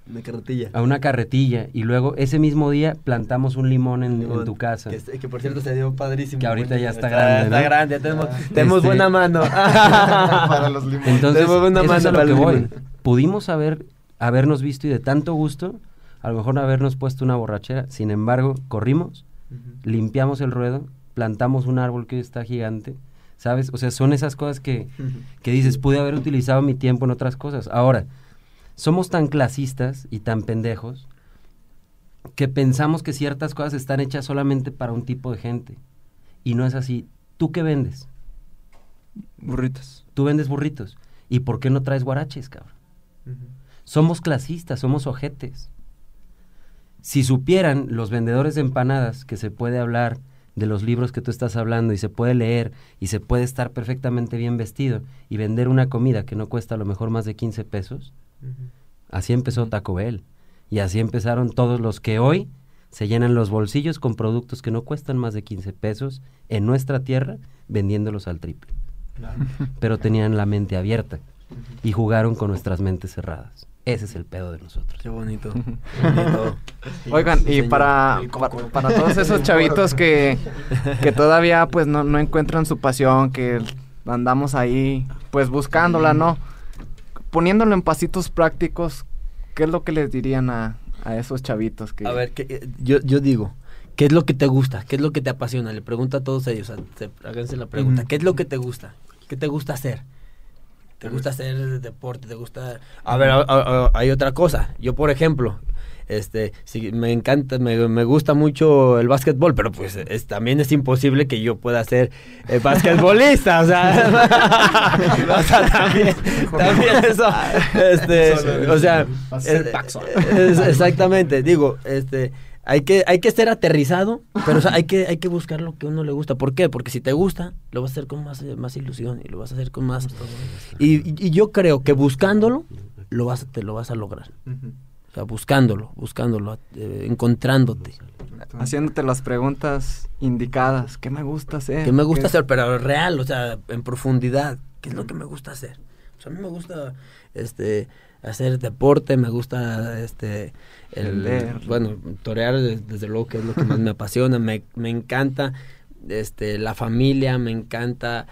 carretilla, y luego ese mismo día plantamos un limón en tu casa. Que por cierto se dio padrísimo. Que ahorita ya está grande, ¿no? Está grande, ya tenemos buena mano. Para los limones. Entonces, buena eso mano es a lo para que los voy. limones. Pudimos habernos visto y de tanto gusto, a lo mejor habernos puesto una borrachera, sin embargo, corrimos, limpiamos el ruedo, plantamos un árbol que hoy está gigante, ¿sabes? O sea, son esas cosas que dices, pude haber utilizado mi tiempo en otras cosas. Ahora, somos tan clasistas y tan pendejos que pensamos que ciertas cosas están hechas solamente para un tipo de gente, y no es así. ¿Tú qué vendes? Burritos. Tú vendes burritos. ¿Y por qué no traes guaraches, cabrón? Somos clasistas, somos ojetes. Si supieran los vendedores de empanadas que se puede hablar de los libros que tú estás hablando y se puede leer y se puede estar perfectamente bien vestido y vender una comida que no cuesta a lo mejor más de 15 pesos, así empezó Taco Bell, y así empezaron todos los que hoy se llenan los bolsillos con productos que no cuestan más de 15 pesos en nuestra tierra, vendiéndolos al triple. Pero tenían la mente abierta y jugaron con nuestras mentes cerradas. Ese es el pedo de nosotros. Qué bonito. Oigan, y para todos esos chavitos que todavía pues no encuentran su pasión, que andamos ahí pues buscándola, ¿no? Poniéndolo en pasitos prácticos, ¿qué es lo que les dirían a esos chavitos? A ver, yo digo, ¿qué es lo que te gusta? ¿Qué es lo que te apasiona? Le pregunto a todos ellos, háganse la pregunta, ¿qué es lo que te gusta? ¿Qué te gusta hacer? ¿Te gusta hacer deporte? ¿Te gusta...? A ver, hay otra cosa. Yo, por ejemplo, sí, me encanta, me gusta mucho el básquetbol, pero pues también es imposible que yo pueda ser basquetbolista, o sea, también eso, o sea, exactamente, digo, hay que ser aterrizado, pero o sea, hay que buscar lo que a uno le gusta. ¿Por qué? Porque si te gusta, lo vas a hacer con más ilusión y lo vas a hacer con más... Y yo creo que buscándolo, te lo vas a lograr. O sea, buscándolo, encontrándote. Haciéndote las preguntas indicadas. ¿Qué me gusta hacer? ¿Qué me gusta hacer? Pero real, o sea, en profundidad. ¿Qué es lo que me gusta hacer? O sea, a mí me gusta hacer deporte, me gusta torear, desde luego que es lo que más me apasiona. Me encanta la familia, me encanta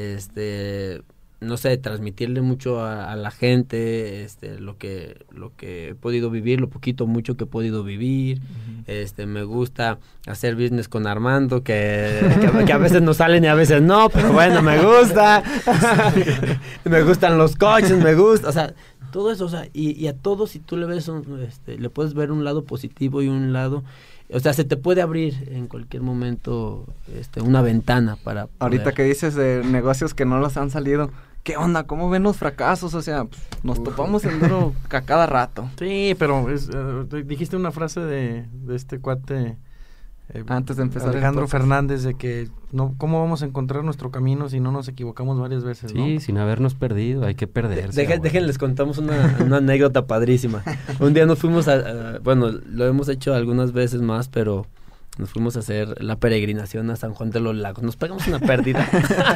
no sé, transmitirle mucho a la gente lo que he podido vivir, lo poquito mucho que he podido vivir. Me gusta hacer business con Armando, que a veces nos salen y a veces no, pero bueno, me gusta. Me gustan los coches, me gusta, o sea, todo eso, o sea, y a todos, si tú le ves le puedes ver un lado positivo y un lado, o sea, se te puede abrir en cualquier momento una ventana para ahorita que dices de negocios que no los han salido, ¿qué onda? ¿Cómo ven los fracasos? O sea, nos topamos en duro a cada rato. Sí, pero dijiste una frase de este cuate antes de empezar Alejandro Fernández, de que ¿cómo vamos a encontrar nuestro camino si no nos equivocamos varias veces? Sí, ¿no? Sin habernos perdido, hay que perderse. Déjenles contamos una anécdota padrísima. Un día nos fuimos bueno, lo hemos hecho algunas veces más, pero nos fuimos a hacer la peregrinación a San Juan de los Lagos. Nos pegamos una pérdida.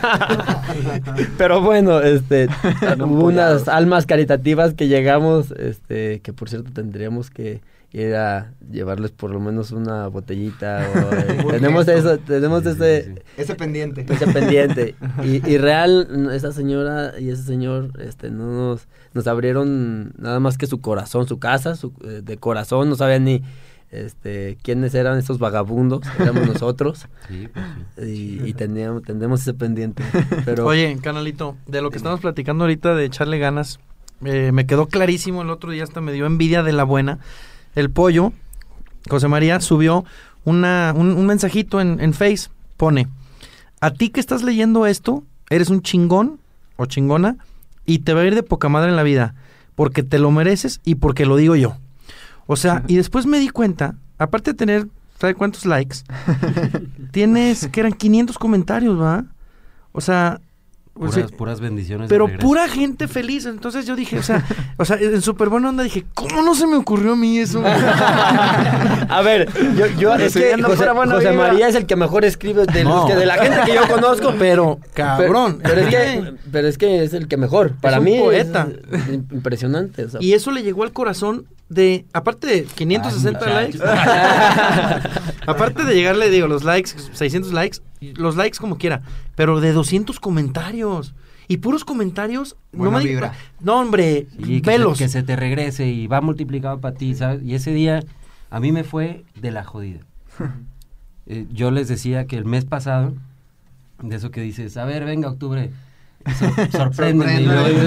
Pero bueno, hubo unas almas caritativas que llegamos, que por cierto tendríamos que ir a llevarles por lo menos una botellita. Tenemos ese pendiente. Ese pendiente. Y real, esa señora y ese señor no nos abrieron nada más que su corazón, su casa, de corazón, no sabían ni quiénes eran esos vagabundos, éramos nosotros. Sí, pues sí. Y tenemos ese pendiente. Pero oye, canalito, de lo que estamos platicando ahorita de echarle ganas, me quedó clarísimo, el otro día hasta me dio envidia de la buena. El pollo, José María, subió un mensajito en Face, pone: a ti que estás leyendo esto, eres un chingón o chingona y te va a ir de poca madre en la vida, porque te lo mereces y porque lo digo yo. O sea, y después me di cuenta, aparte de tener, ¿sabe cuántos likes? Tienes, que eran 500 comentarios, ¿va? O sea... Puras bendiciones. Pero pura gente feliz. Entonces yo dije, o sea, en súper buena onda dije, ¿cómo no se me ocurrió a mí eso? A ver, yo es que José María es el que mejor escribe de la gente que yo conozco. Pero, cabrón. Pero es que es el que mejor. Para mí poeta. Es impresionante. O sea. Y eso le llegó al corazón de, aparte de 560 likes. Aparte de llegarle, digo, los likes, 600 likes, los likes como quiera, pero de 200 comentarios. Y puros comentarios. Buena vibra. No, hombre, y que se te regrese y va multiplicado para ti, ¿sabes? Y ese día a mí me fue de la jodida. Yo les decía que el mes pasado, de eso que dices, a ver, venga, octubre, sorpréndeme.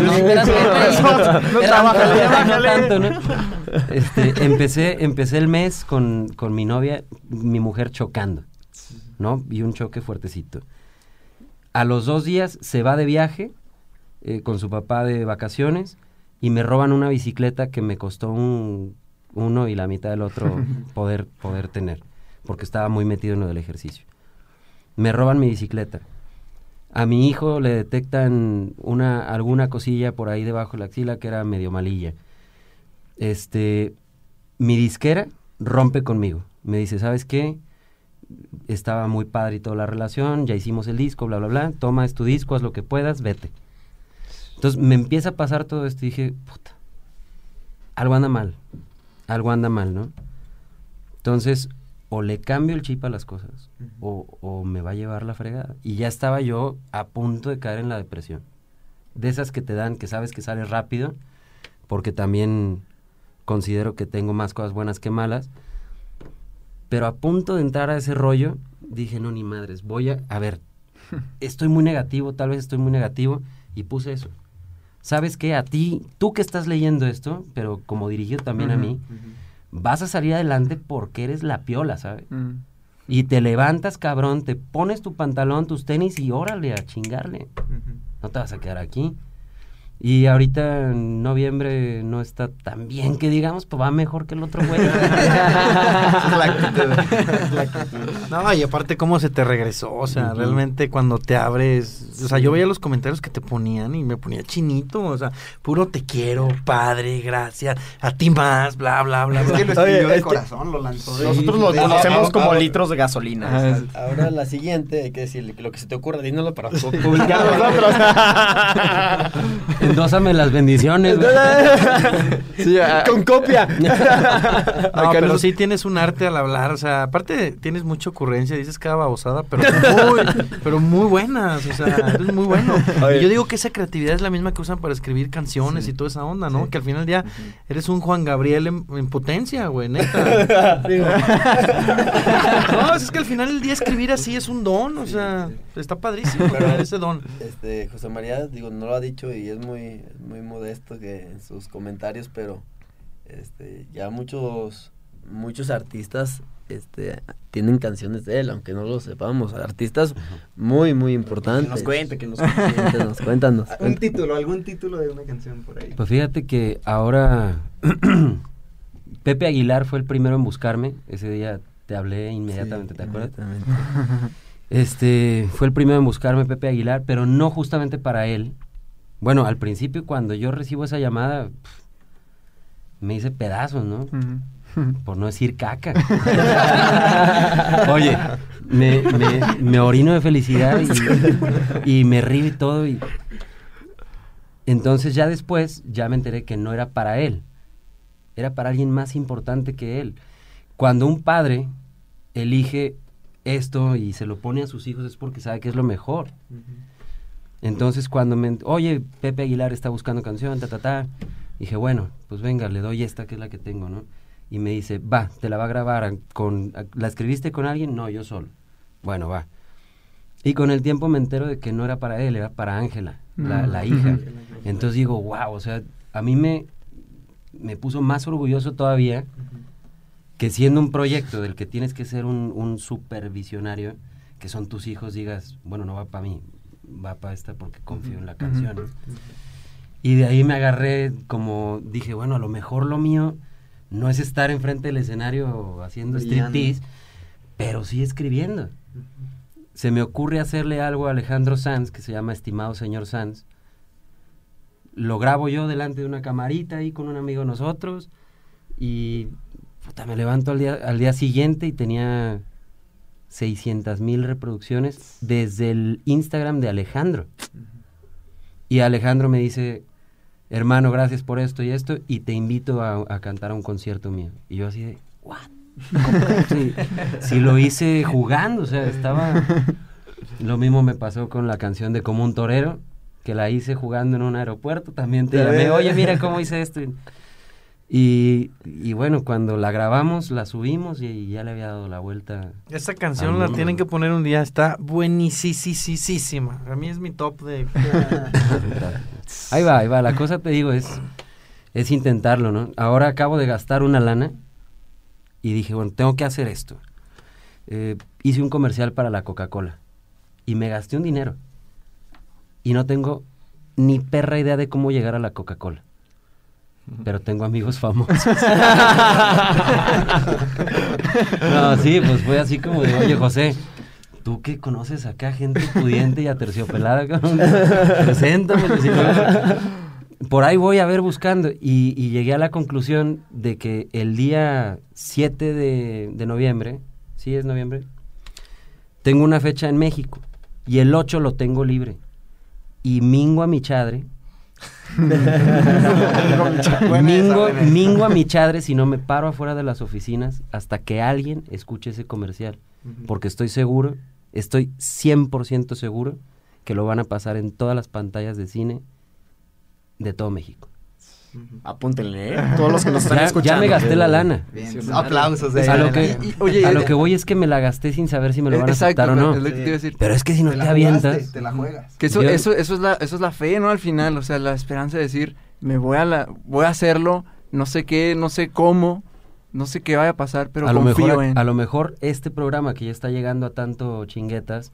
No tanto, ¿no? Empecé el mes con mi novia, mi mujer chocando, ¿no? Y un choque fuertecito. A los 2 días se va de viaje con su papá de vacaciones y me roban una bicicleta que me costó uno y la mitad del otro poder tener, porque estaba muy metido en lo del ejercicio. Me roban mi bicicleta. A mi hijo le detectan alguna cosilla por ahí debajo de la axila que era medio malilla. Mi disquera rompe conmigo. Me dice, ¿sabes qué? Estaba muy padre y toda la relación, ya hicimos el disco, bla, bla, bla. Toma, es tu disco, haz lo que puedas, vete. Entonces me empieza a pasar todo esto y dije, puta, algo anda mal, ¿no? Entonces, o le cambio el chip a las cosas, o me va a llevar la fregada. Y ya estaba yo a punto de caer en la depresión. De esas que te dan, que sabes que sales rápido, porque también considero que tengo más cosas buenas que malas. Pero a punto de entrar a ese rollo, dije, no, ni madres, a ver, estoy muy negativo, tal vez estoy muy negativo, y puse eso. ¿Sabes qué? A ti, tú que estás leyendo esto, pero como dirigido también a mí, vas a salir adelante porque eres la piola, ¿sabes? Y te levantas, cabrón, te pones tu pantalón, tus tenis y órale a chingarle. No te vas a quedar aquí. Y ahorita en noviembre no está tan bien que digamos, pues va mejor que el otro güey. No, y aparte cómo se te regresó, o sea, realmente cuando te abres, o sea, yo veía los comentarios que te ponían y me ponía chinito, o sea, puro te quiero, padre, gracias, a ti más, bla, bla, bla. Es que lo escribió de corazón, lo lanzó. Nosotros lo conocemos como litros de gasolina. Ahora la siguiente, hay que decirle que lo que se te ocurra, dínoslo para publicar nosotros. Endósame las bendiciones. Sí, con copia. No, pero sí tienes un arte al hablar, o sea, aparte tienes mucha ocurrencia, dices cada babosada, pero muy buenas, o sea, eres muy bueno. Y yo digo que esa creatividad es la misma que usan para escribir canciones y toda esa onda, ¿no? Que al final del día eres un Juan Gabriel en potencia, güey, neta. No, es que al final del día escribir así es un don, o sea, está padrísimo ese don. José María, digo, no lo ha dicho y es muy modesto en sus comentarios, pero ya muchos artistas tienen canciones de él, aunque no lo sepamos, artistas muy muy importantes. Que nos cuente. Cuéntanos. Algún título de una canción por ahí. Pues fíjate que ahora Pepe Aguilar fue el primero en buscarme. Ese día te hablé inmediatamente, ¿te acuerdas? Fue el primero en buscarme, Pepe Aguilar, pero no justamente para él. Bueno, al principio cuando yo recibo esa llamada, me hice pedazos, ¿no? Por no decir caca. Oye, me orino de felicidad y me río y todo. Entonces ya después, ya me enteré que no era para él. era para alguien más importante que él. Cuando un padre elige esto y se lo pone a sus hijos es porque sabe que es lo mejor. Entonces cuando oye, Pepe Aguilar está buscando canción, dije, bueno, pues venga, le doy esta que es la que tengo, ¿no? Y me dice, va, te la va a grabar, ¿la escribiste con alguien? No, yo solo. Bueno, va. Y con el tiempo me entero de que no era para él, era para Ángela, la hija. Entonces digo, wow, o sea, a mí me puso más orgulloso todavía que siendo un proyecto del que tienes que ser un supervisionario, que son tus hijos, digas, bueno, no va para mí, va para esta porque confío en la canción. Y de ahí me agarré, como dije, bueno, a lo mejor lo mío no es estar enfrente del escenario haciendo striptease, pero sí escribiendo. Se me ocurre hacerle algo a Alejandro Sanz, que se llama Estimado Señor Sanz. Lo grabo yo delante de una camarita ahí con un amigo de nosotros, y me levanto al día siguiente y tenía 600,000 reproducciones desde el Instagram de Alejandro. Y Alejandro me dice, hermano, gracias por esto y esto, y te invito a cantar a un concierto mío. Y yo así de, ¿what? Si lo hice jugando, o sea, estaba... Lo mismo me pasó con la canción de Como un Torero, que la hice jugando en un aeropuerto, también te llamé, oye, mira cómo hice esto. Y bueno, cuando la grabamos, la subimos y ya le había dado la vuelta. Esa canción la tienen que poner un día, está buenísima. A mí es mi top de... Ahí va, la cosa te digo es intentarlo, ¿no? Ahora acabo de gastar una lana y dije, bueno, tengo que hacer esto. Hice un comercial para la Coca-Cola y me gasté un dinero y no tengo ni perra idea de cómo llegar a la Coca-Cola. Pero tengo amigos famosos. No, sí, pues fue así como de, oye, José, tú que conoces acá gente pudiente y aterciopelada, preséntame. Por ahí voy a ver buscando, y llegué a la conclusión de que el día 7 de noviembre, ¿sí es noviembre? Tengo una fecha en México, y el 8 lo tengo libre, y mingo a mi chadre, mingo a mi chadre si no me paro afuera de las oficinas hasta que alguien escuche ese comercial, porque estoy 100% seguro que lo van a pasar en todas las pantallas de cine de todo México. Apúntenle, todos los que nos están escuchando. Ya me gasté la lana. Bien, aplausos. A lo que voy es que me la gasté sin saber si me lo van a aceptar o no. Es lo que te iba a decir. Pero es que si no te avientas, te la juegas. Que eso es la fe, ¿no? Al final, o sea, la esperanza de decir, voy a hacerlo, no sé qué, no sé cómo, no sé qué vaya a pasar, pero confío en... A lo mejor este programa que ya está llegando a tanto chinguetas,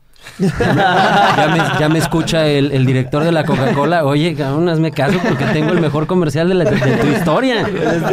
ya me escucha el director de la Coca-Cola, oye, cabrón, hazme caso porque tengo el mejor comercial de tu historia.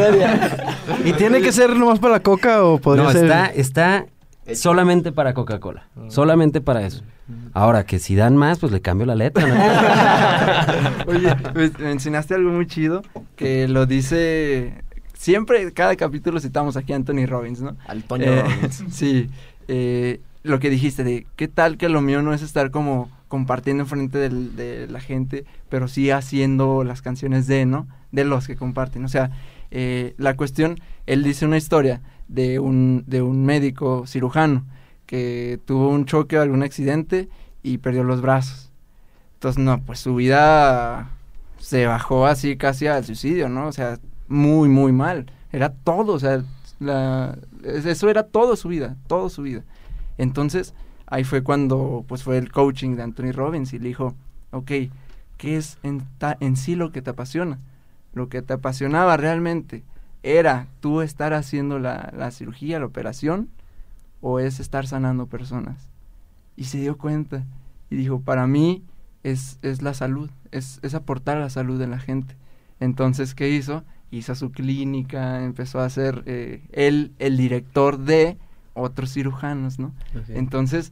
¿Y tiene que ser nomás para la Coca o podría ser...? No, está solamente para Coca-Cola, solamente para eso. Ahora, que si dan más, pues le cambio la letra, ¿no? Oye, pues, me enseñaste algo muy chido, que lo dice... Siempre, cada capítulo citamos aquí a Anthony Robbins, ¿no? Al Toño Robbins. Sí, lo que dijiste de qué tal que lo mío no es estar como compartiendo enfrente de la gente, pero sí haciendo las canciones ¿no? De los que comparten. O sea, la cuestión, él dice una historia de un médico cirujano que tuvo un choque o algún accidente y perdió los brazos. Entonces, no, pues su vida se bajó así casi al suicidio, ¿no? O sea, muy, muy mal. Era todo, o sea, eso era todo su vida. Entonces, ahí fue cuando, pues, fue el coaching de Anthony Robbins y le dijo, ok, ¿qué es en sí lo que te apasiona? Lo que te apasionaba realmente, ¿era tú estar haciendo la cirugía, la operación, o es estar sanando personas? Y se dio cuenta y dijo, para mí es la salud, es aportar a la salud de la gente. Entonces, ¿qué hizo? Hizo su clínica, empezó a ser él el director de otros cirujanos, ¿no? Okay. Entonces,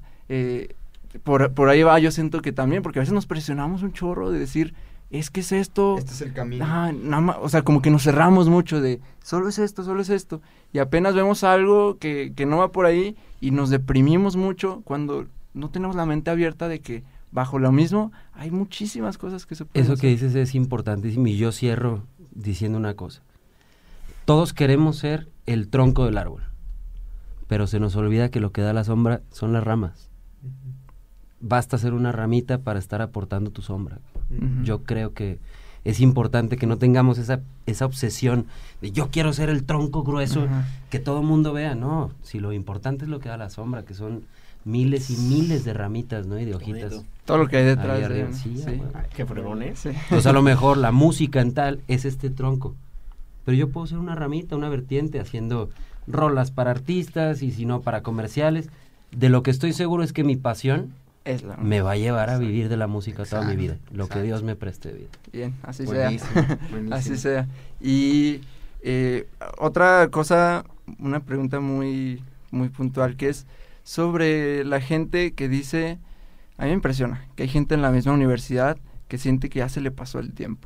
por ahí va, yo siento que también, porque a veces nos presionamos un chorro de decir, es que es esto. Este es el camino. Nada más, o sea, como que nos cerramos mucho de, solo es esto, y apenas vemos algo que no va por ahí y nos deprimimos mucho cuando no tenemos la mente abierta de que bajo lo mismo hay muchísimas cosas que se pueden hacer. Eso que dices es importantísimo y yo cierro diciendo una cosa. Todos queremos ser el tronco del árbol, pero se nos olvida que lo que da la sombra son las ramas. Basta ser una ramita para estar aportando tu sombra. Yo creo que es importante que no tengamos esa obsesión de yo quiero ser el tronco grueso, que todo el mundo vea. No, si lo importante es lo que da la sombra, que son miles y miles de ramitas, ¿no? Y de hojitas. Todo lo que hay detrás ahí de arriba. él. Sí, Sí. bueno. Qué fregones. Sí. Entonces a lo mejor la música en tal es este tronco, pero yo puedo ser una ramita, una vertiente, haciendo rolas para artistas y si no para comerciales. De lo que estoy seguro es que mi pasión me va a llevar a vivir de la música toda mi vida, lo que Dios me preste de vida. Bien, así Buenísimo, sea. buenísimo. Así sea. Y otra cosa, una pregunta muy, muy puntual, que es sobre la gente que dice, a mí me impresiona, que hay gente en la misma universidad que siente que ya se le pasó el tiempo.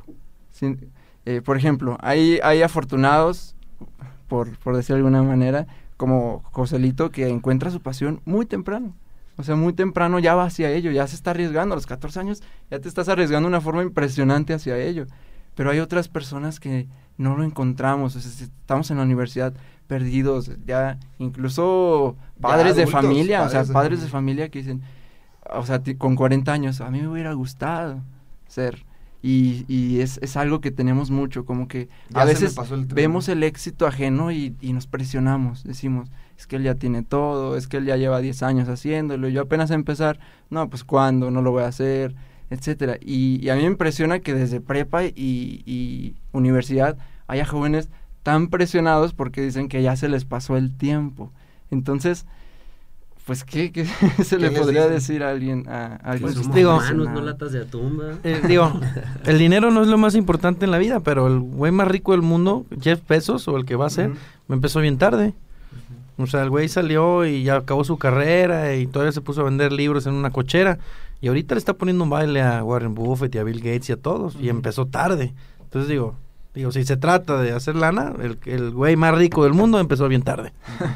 Por ejemplo, hay afortunados, por decir de alguna manera, como Joselito, que encuentra su pasión muy temprano. O sea, muy temprano ya va hacia ello, ya se está arriesgando. A los 14 años ya te estás arriesgando de una forma impresionante hacia ello. Pero hay otras personas que no lo encontramos. O sea, estamos en la universidad perdidos, ya incluso padres de familia, padres de familia que dicen, o sea, con 40 años, a mí me hubiera gustado ser. Y es algo que tenemos mucho, como que Ya a se veces me pasó el tren. vemos el éxito ajeno y nos presionamos, decimos, es que él ya tiene todo, es que él ya lleva 10 años haciéndolo, y yo apenas a empezar, no, pues ¿cuándo? No lo voy a hacer, etcétera. Y a mí me impresiona que desde prepa y universidad haya jóvenes tan presionados porque dicen que ya se les pasó el tiempo. Entonces, pues ¿qué se le podría decir a alguien? A alguien Pues somos digo, humanos, no latas de atún, ¿verdad? Digo, el dinero no es lo más importante en la vida, pero el güey más rico del mundo, Jeff Bezos, o el que va a ser, me empezó bien tarde. O sea, el güey salió y ya acabó su carrera y todavía se puso a vender libros en una cochera. Y ahorita le está poniendo un baile a Warren Buffett y a Bill Gates y a todos. Y empezó tarde. Entonces digo, si se trata de hacer lana, el güey más rico del mundo empezó bien tarde.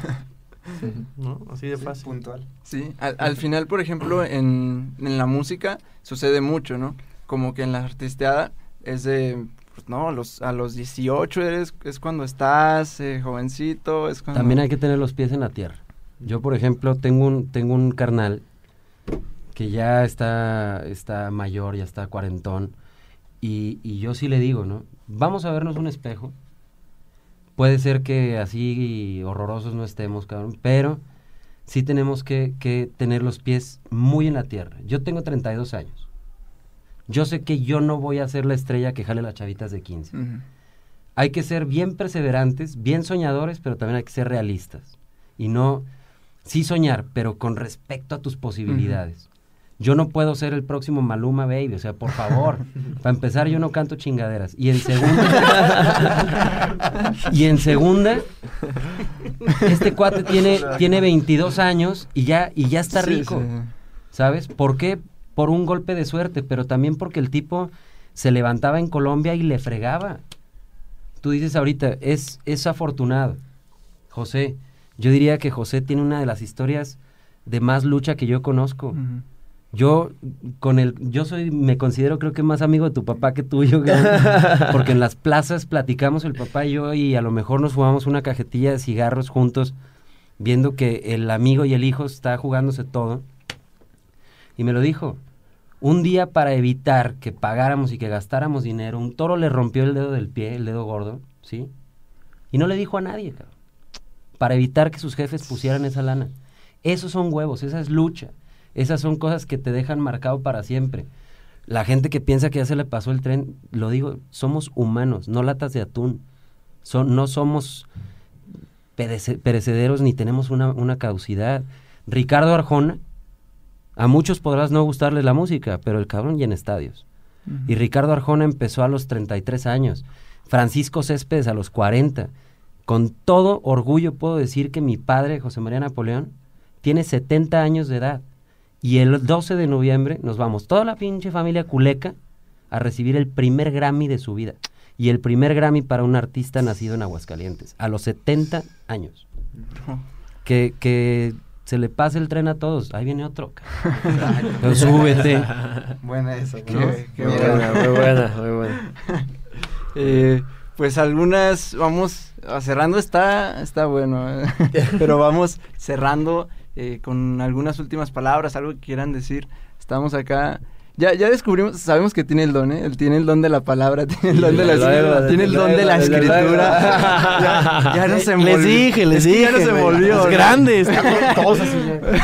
¿No? Así de fácil. Puntual. Sí, al final, por ejemplo, en la música sucede mucho, ¿no? Como que en la artisteada es de, pues no, a los 18 es cuando estás jovencito, es cuando... También hay que tener los pies en la tierra. Yo, por ejemplo, tengo un carnal que ya está mayor, ya está cuarentón, y yo sí le digo, ¿no? Vamos a vernos un espejo. Puede ser que así horrorosos no estemos, cabrón, pero sí tenemos que tener los pies muy en la tierra. Yo tengo 32 años. Yo sé que yo no voy a ser la estrella que jale las chavitas de 15. Hay que ser bien perseverantes, bien soñadores, pero también hay que ser realistas. Y no, sí soñar, pero con respecto a tus posibilidades. Yo no puedo ser el próximo Maluma Baby, o sea, por favor. Para empezar, yo no canto chingaderas. Y en segunda, este cuate tiene 22 años y ya está rico. Sí. ¿Sabes? ¿Por qué? Por un golpe de suerte, pero también porque el tipo se levantaba en Colombia y le fregaba. Tú dices ahorita, es afortunado. José, yo diría que José tiene una de las historias de más lucha que yo conozco. Yo me considero creo que más amigo de tu papá que tuyo, porque en las plazas platicamos el papá y yo, y a lo mejor nos fumamos una cajetilla de cigarros juntos, viendo que el amigo y el hijo está jugándose todo. Y me lo dijo, un día para evitar que pagáramos y que gastáramos dinero, un toro le rompió el dedo del pie, el dedo gordo, ¿sí? Y no le dijo a nadie, cabrón, para evitar que sus jefes pusieran esa lana. Esos son huevos, esa es lucha. Esas son cosas que te dejan marcado para siempre. La gente que piensa que ya se le pasó el tren, lo digo, somos humanos, no latas de atún. No somos perecederos ni tenemos una caducidad. Ricardo Arjona, a muchos podrás no gustarles la música, pero el cabrón llena estadios. Y Ricardo Arjona empezó a los 33 años. Francisco Céspedes a los 40. Con todo orgullo puedo decir que mi padre, José María Napoleón, tiene 70 años de edad. Y el 12 de noviembre nos vamos, toda la pinche familia Culeca, a recibir el primer Grammy de su vida. Y el primer Grammy para un artista nacido en Aguascalientes, a los 70 años. Que se le pase el tren a todos. Ahí viene otro. Pero súbete. Buena esa. Qué buena, muy buena. Pues algunas, vamos cerrando, está bueno, pero vamos cerrando con algunas últimas palabras, algo que quieran decir. Estamos acá, ya descubrimos, sabemos que tiene el don, Él tiene el don de la palabra, tiene el don de la tiene el don de la escritura. Ya no se me Les dije. Ya no se me olvidó. Es grande. Todos así.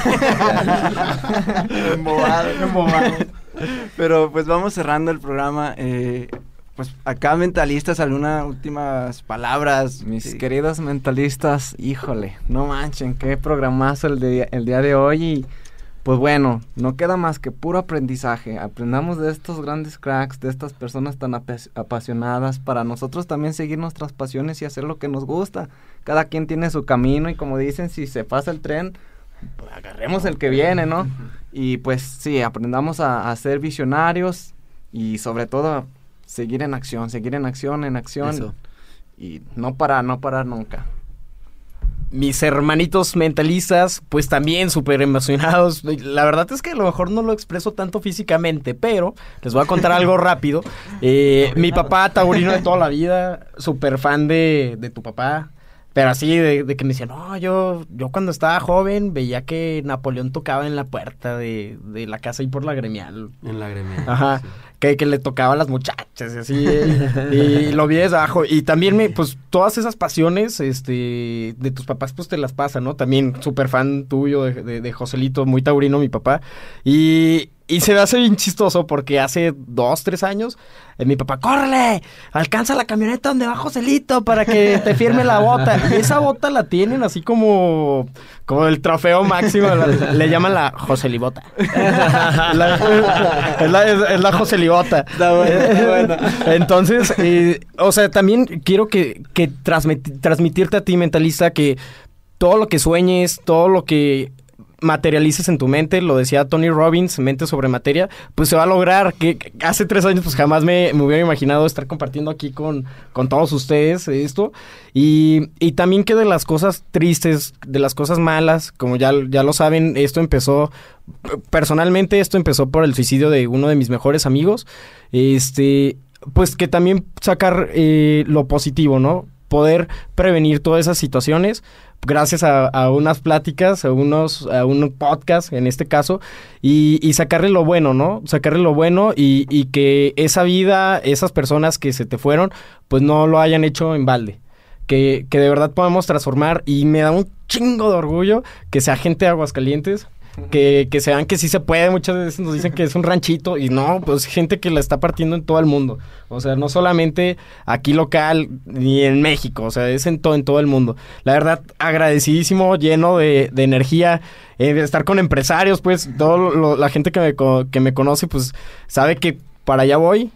Embobado. Pero pues vamos cerrando el programa. Pues acá, mentalistas, algunas últimas palabras. Mis queridos mentalistas, híjole, no manchen, qué programazo el día de hoy. Y pues bueno, no queda más que puro aprendizaje. Aprendamos de estos grandes cracks, de estas personas tan apasionadas, para nosotros también seguir nuestras pasiones y hacer lo que nos gusta. Cada quien tiene su camino y, como dicen, si se pasa el tren, pues agarremos el que viene, ¿no? Y pues sí, aprendamos a ser visionarios y sobre todo seguir en acción. Eso. Y no parar nunca. Mis hermanitos mentalistas, pues también súper emocionados. La verdad es que a lo mejor no lo expreso tanto físicamente, pero les voy a contar algo rápido. Mi papá, taurino de toda la vida, súper fan de tu papá. Pero así de que me decían, no, yo cuando estaba joven veía que Napoleón tocaba en la puerta de la casa ahí por la Gremial. En la Gremial. Ajá. Sí. Que le tocaba a las muchachas y así. Y lo vi desde abajo. Y también pues todas esas pasiones de tus papás pues te las pasan, ¿no? También súper fan tuyo de Joselito, muy taurino mi papá. Y se me hace bien chistoso porque hace 2, 3 años mi papá, ¡córrele! Alcanza la camioneta donde va Joselito para que te firme la bota. Y esa bota la tienen así como el trofeo máximo. Le llaman la Joselibota. Es la Joselibota. Está bueno. Entonces, o sea, también quiero que transmitirte a ti, mentalista, que todo lo que sueñes, todo lo que materialices en tu mente, lo decía Tony Robbins, mente sobre materia, pues se va a lograr. Que hace 3 años pues jamás me hubiera imaginado estar compartiendo aquí con todos ustedes esto, y también que de las cosas tristes, de las cosas malas, como ya lo saben, personalmente esto empezó por el suicidio de uno de mis mejores amigos, pues que también sacar lo positivo, ¿no? Poder prevenir todas esas situaciones gracias a unas pláticas, a un podcast en este caso, y sacarle lo bueno, ¿no? Sacarle lo bueno y que esa vida, esas personas que se te fueron, pues no lo hayan hecho en balde. Que de verdad podemos transformar, y me da un chingo de orgullo que sea gente de Aguascalientes, que se vean que sí se puede. Muchas veces nos dicen que es un ranchito, y no, pues gente que la está partiendo en todo el mundo. O sea, no solamente aquí local ni en México, o sea, es en todo el mundo. La verdad, agradecidísimo, lleno de energía, de estar con empresarios, pues, la gente que me conoce, pues, sabe que para allá voy,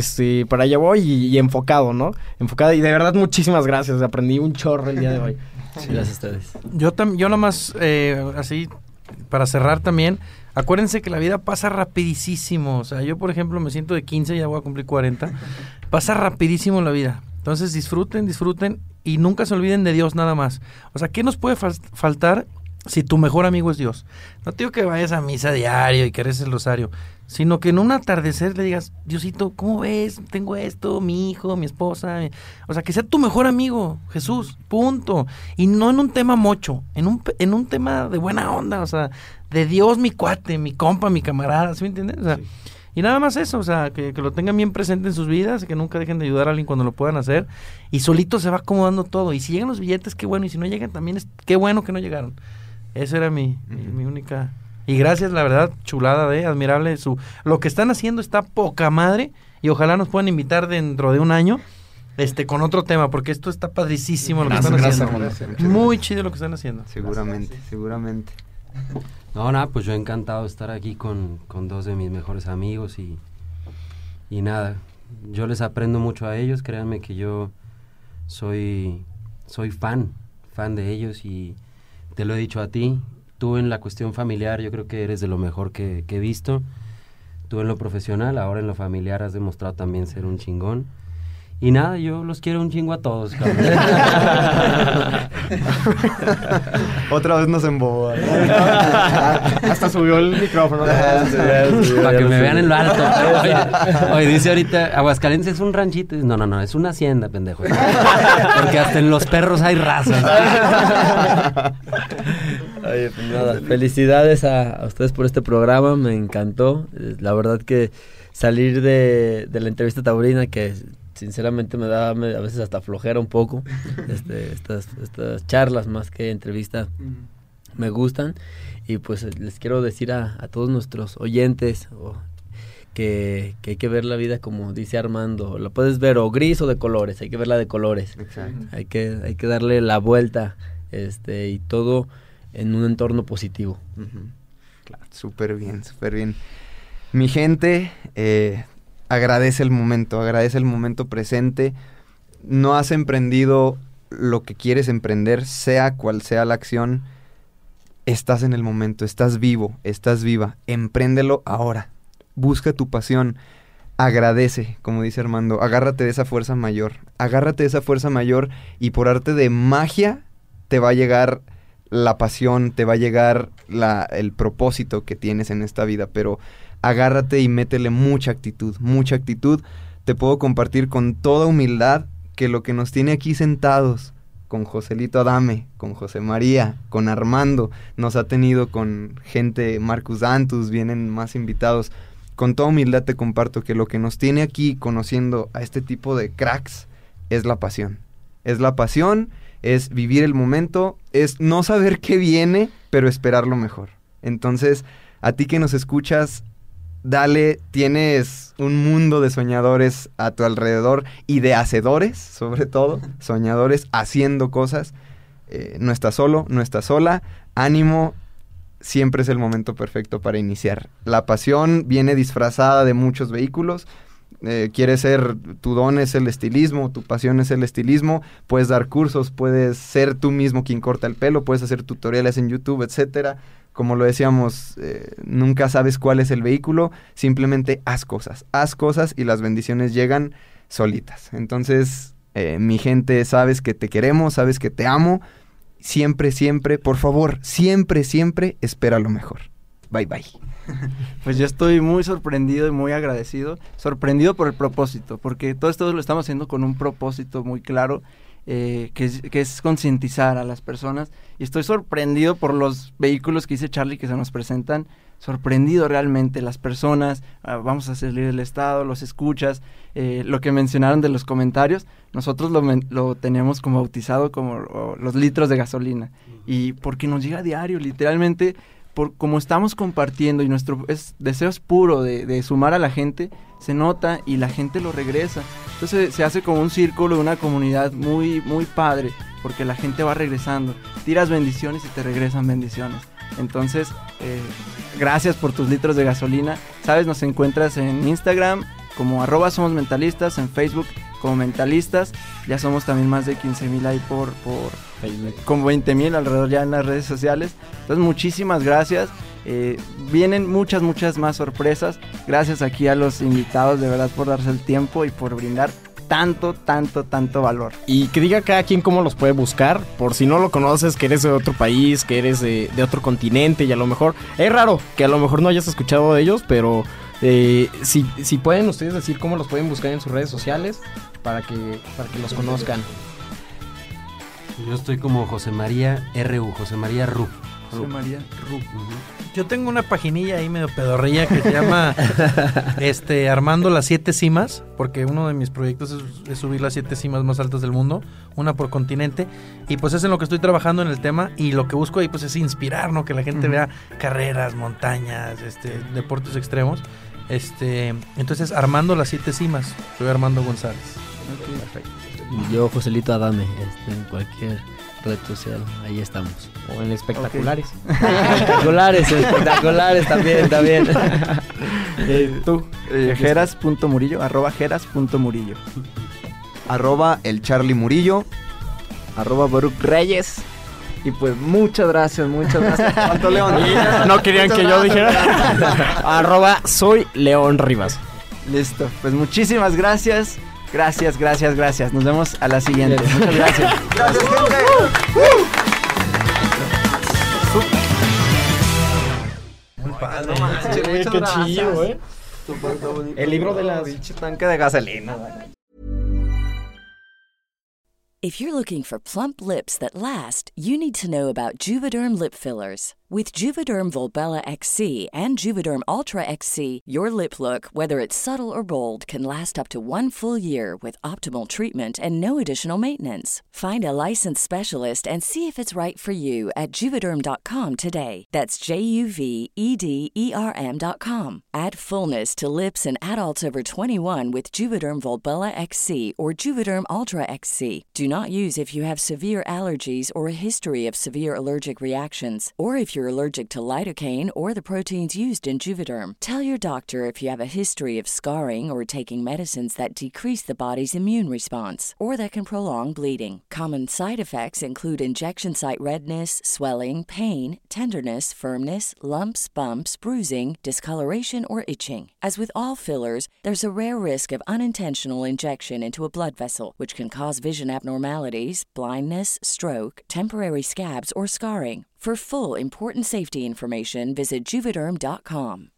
y enfocado, ¿no? Enfocado, y de verdad, muchísimas gracias, aprendí un chorro el día de hoy. Sí, gracias a ustedes. Yo nomás, así, para cerrar también, acuérdense que la vida pasa rapidísimo. O sea, yo por ejemplo me siento de 15, ya voy a cumplir 40. Pasa rapidísimo la vida. Entonces disfruten y nunca se olviden de Dios nada más. O sea, ¿qué nos puede faltar si tu mejor amigo es Dios? No te digo que vayas a misa diario y que reces el rosario, sino que en un atardecer le digas, Diosito, ¿cómo ves? Tengo esto, mi hijo, mi esposa. O sea, que sea tu mejor amigo, Jesús, punto. Y no en un tema mocho, en un tema de buena onda, o sea, de Dios, mi cuate, mi compa, mi camarada, ¿sí me entiendes? O sea, sí. Y nada más eso, o sea, que lo tengan bien presente en sus vidas, que nunca dejen de ayudar a alguien cuando lo puedan hacer, y solito se va acomodando todo. Y si llegan los billetes, qué bueno, y si no llegan también, qué bueno que no llegaron. Esa era mi única... Y gracias, la verdad, chulada, admirable. Lo que están haciendo está poca madre, y ojalá nos puedan invitar dentro de un año con otro tema, porque esto está padricísimo lo que están haciendo. Gracias. Muy chido lo que están haciendo. Seguramente. No, nada, pues yo encantado de estar aquí con 2 de mis mejores amigos y nada, yo les aprendo mucho a ellos. Créanme que yo soy fan de ellos, y te lo he dicho a ti. Tú en la cuestión familiar yo creo que eres de lo mejor que he visto. Tú en lo profesional, ahora en lo familiar has demostrado también ser un chingón. Y nada, yo los quiero un chingo a todos, cabrón. Otra vez nos embobó. Hasta subió el micrófono. Para que me vean en lo alto. Oye, dice ahorita, Aguascalientes es un ranchito. No, es una hacienda, pendejo. Porque hasta en los perros hay razas. Oye, pues nada, felicidades a ustedes por este programa, me encantó. La verdad que salir de la entrevista taurina, que sinceramente me da a veces hasta flojera un poco, estas charlas más que entrevista me gustan, y pues les quiero decir a todos nuestros oyentes que hay que ver la vida como dice Armando, la puedes ver o gris o de colores, hay que verla de colores. Exacto. Hay que darle la vuelta, y todo en un entorno positivo. Claro, súper bien. Mi gente, agradece el momento presente. No has emprendido lo que quieres emprender, sea cual sea la acción. Estás en el momento, estás vivo, estás viva. Empréndelo ahora. Busca tu pasión. Agradece, como dice Armando. Agárrate de esa fuerza mayor. Y por arte de magia te va a llegar la pasión, te va a llegar el propósito que tienes en esta vida, pero agárrate y métele mucha actitud. Te puedo compartir con toda humildad que lo que nos tiene aquí sentados, con Joselito Adame, con José María, con Armando, nos ha tenido con gente, Marcus Dantus, vienen más invitados. Con toda humildad te comparto que lo que nos tiene aquí conociendo a este tipo de cracks es la pasión. Es vivir el momento, es no saber qué viene, pero esperar lo mejor. Entonces, a ti que nos escuchas, dale, tienes un mundo de soñadores a tu alrededor y de hacedores, sobre todo, soñadores haciendo cosas. No estás solo, no estás sola, ánimo, siempre es el momento perfecto para iniciar. La pasión viene disfrazada de muchos vehículos. Tu don es el estilismo, tu pasión es el estilismo, puedes dar cursos, puedes ser tú mismo quien corta el pelo, puedes hacer tutoriales en YouTube, etcétera. Como lo decíamos, nunca sabes cuál es el vehículo, simplemente haz cosas y las bendiciones llegan solitas. Entonces, mi gente, sabes que te queremos, sabes que te amo, siempre, por favor, siempre espera lo mejor. Bye. Pues yo estoy muy sorprendido y muy agradecido. Sorprendido por el propósito, porque todo esto lo estamos haciendo con un propósito muy claro, que es concientizar a las personas. Y estoy sorprendido por los vehículos que dice Charlie que se nos presentan. Sorprendido realmente las personas. Vamos a salir del estado, los escuchas. Lo que mencionaron de los comentarios, nosotros lo tenemos como bautizado como los litros de gasolina. Y porque nos llega a diario, literalmente, como estamos compartiendo y nuestro deseo es puro de sumar a la gente, se nota y la gente lo regresa. Entonces se hace como un círculo, una comunidad muy, muy padre, porque la gente va regresando. Tiras bendiciones y te regresan bendiciones. Entonces, gracias por tus litros de gasolina. Sabes, nos encuentras en Instagram como @somosmentalistas, en Facebook como Mentalistas. Ya somos también más de 15,000 ahí por Facebook, como 20,000 alrededor ya en las redes sociales. Entonces, muchísimas gracias. Vienen muchas más sorpresas. Gracias aquí a los invitados, de verdad, por darse el tiempo y por brindar tanto valor. Y que diga cada quien cómo los puede buscar, por si no lo conoces, que eres de otro país, que eres de otro continente, y a lo mejor es raro que a lo mejor no hayas escuchado de ellos, pero si pueden ustedes decir cómo los pueden buscar en sus redes sociales para que los conozcan. Yo estoy como José María R.U., José María Ru. Yo tengo una paginilla ahí medio pedorrilla que se llama Armando las 7 cimas, porque uno de mis proyectos es subir las 7 cimas más altas del mundo, una por continente, y pues es en lo que estoy trabajando en el tema, y lo que busco ahí pues es inspirar, ¿no? Que la gente vea carreras, montañas, deportes extremos. Entonces, Armando las 7 cimas, soy Armando González. Okay. Perfecto. Yo, Joselito Adame, en cualquier red social, ahí estamos. O en espectaculares. Okay. espectaculares también. Tú, Geras.Murillo, @Geras.Murillo. @el Charlie Murillo. @Baruch Reyes. Y pues muchas gracias. ¿Cuánto, León? No querían que yo dijera. @soy León Rivas. Listo, pues muchísimas gracias. Gracias. Nos vemos a la siguiente. Muchas gracias. Gracias, gente. Muy padre. No manches, Qué muchas chido, gracias. El libro de las... Pinche tanque de gasolina. If you're looking for plump lips that last, you need to know about Juvederm lip fillers. With Juvederm Volbella XC and Juvederm Ultra XC, your lip look, whether it's subtle or bold, can last up to 1 full year with optimal treatment and no additional maintenance. Find a licensed specialist and see if it's right for you at Juvederm.com today. That's JUVEDERM.com. Add fullness to lips in adults over 21 with Juvederm Volbella XC or Juvederm Ultra XC. Do not use if you have severe allergies or a history of severe allergic reactions, or if you're allergic to lidocaine or the proteins used in Juvederm. Tell your doctor if you have a history of scarring or taking medicines that decrease the body's immune response or that can prolong bleeding. Common side effects include injection site redness, swelling, pain, tenderness, firmness, lumps, bumps, bruising, discoloration, or itching. As with all fillers, there's a rare risk of unintentional injection into a blood vessel, which can cause vision abnormalities, blindness, stroke, temporary scabs, or scarring. For full, important safety information, visit Juvederm.com.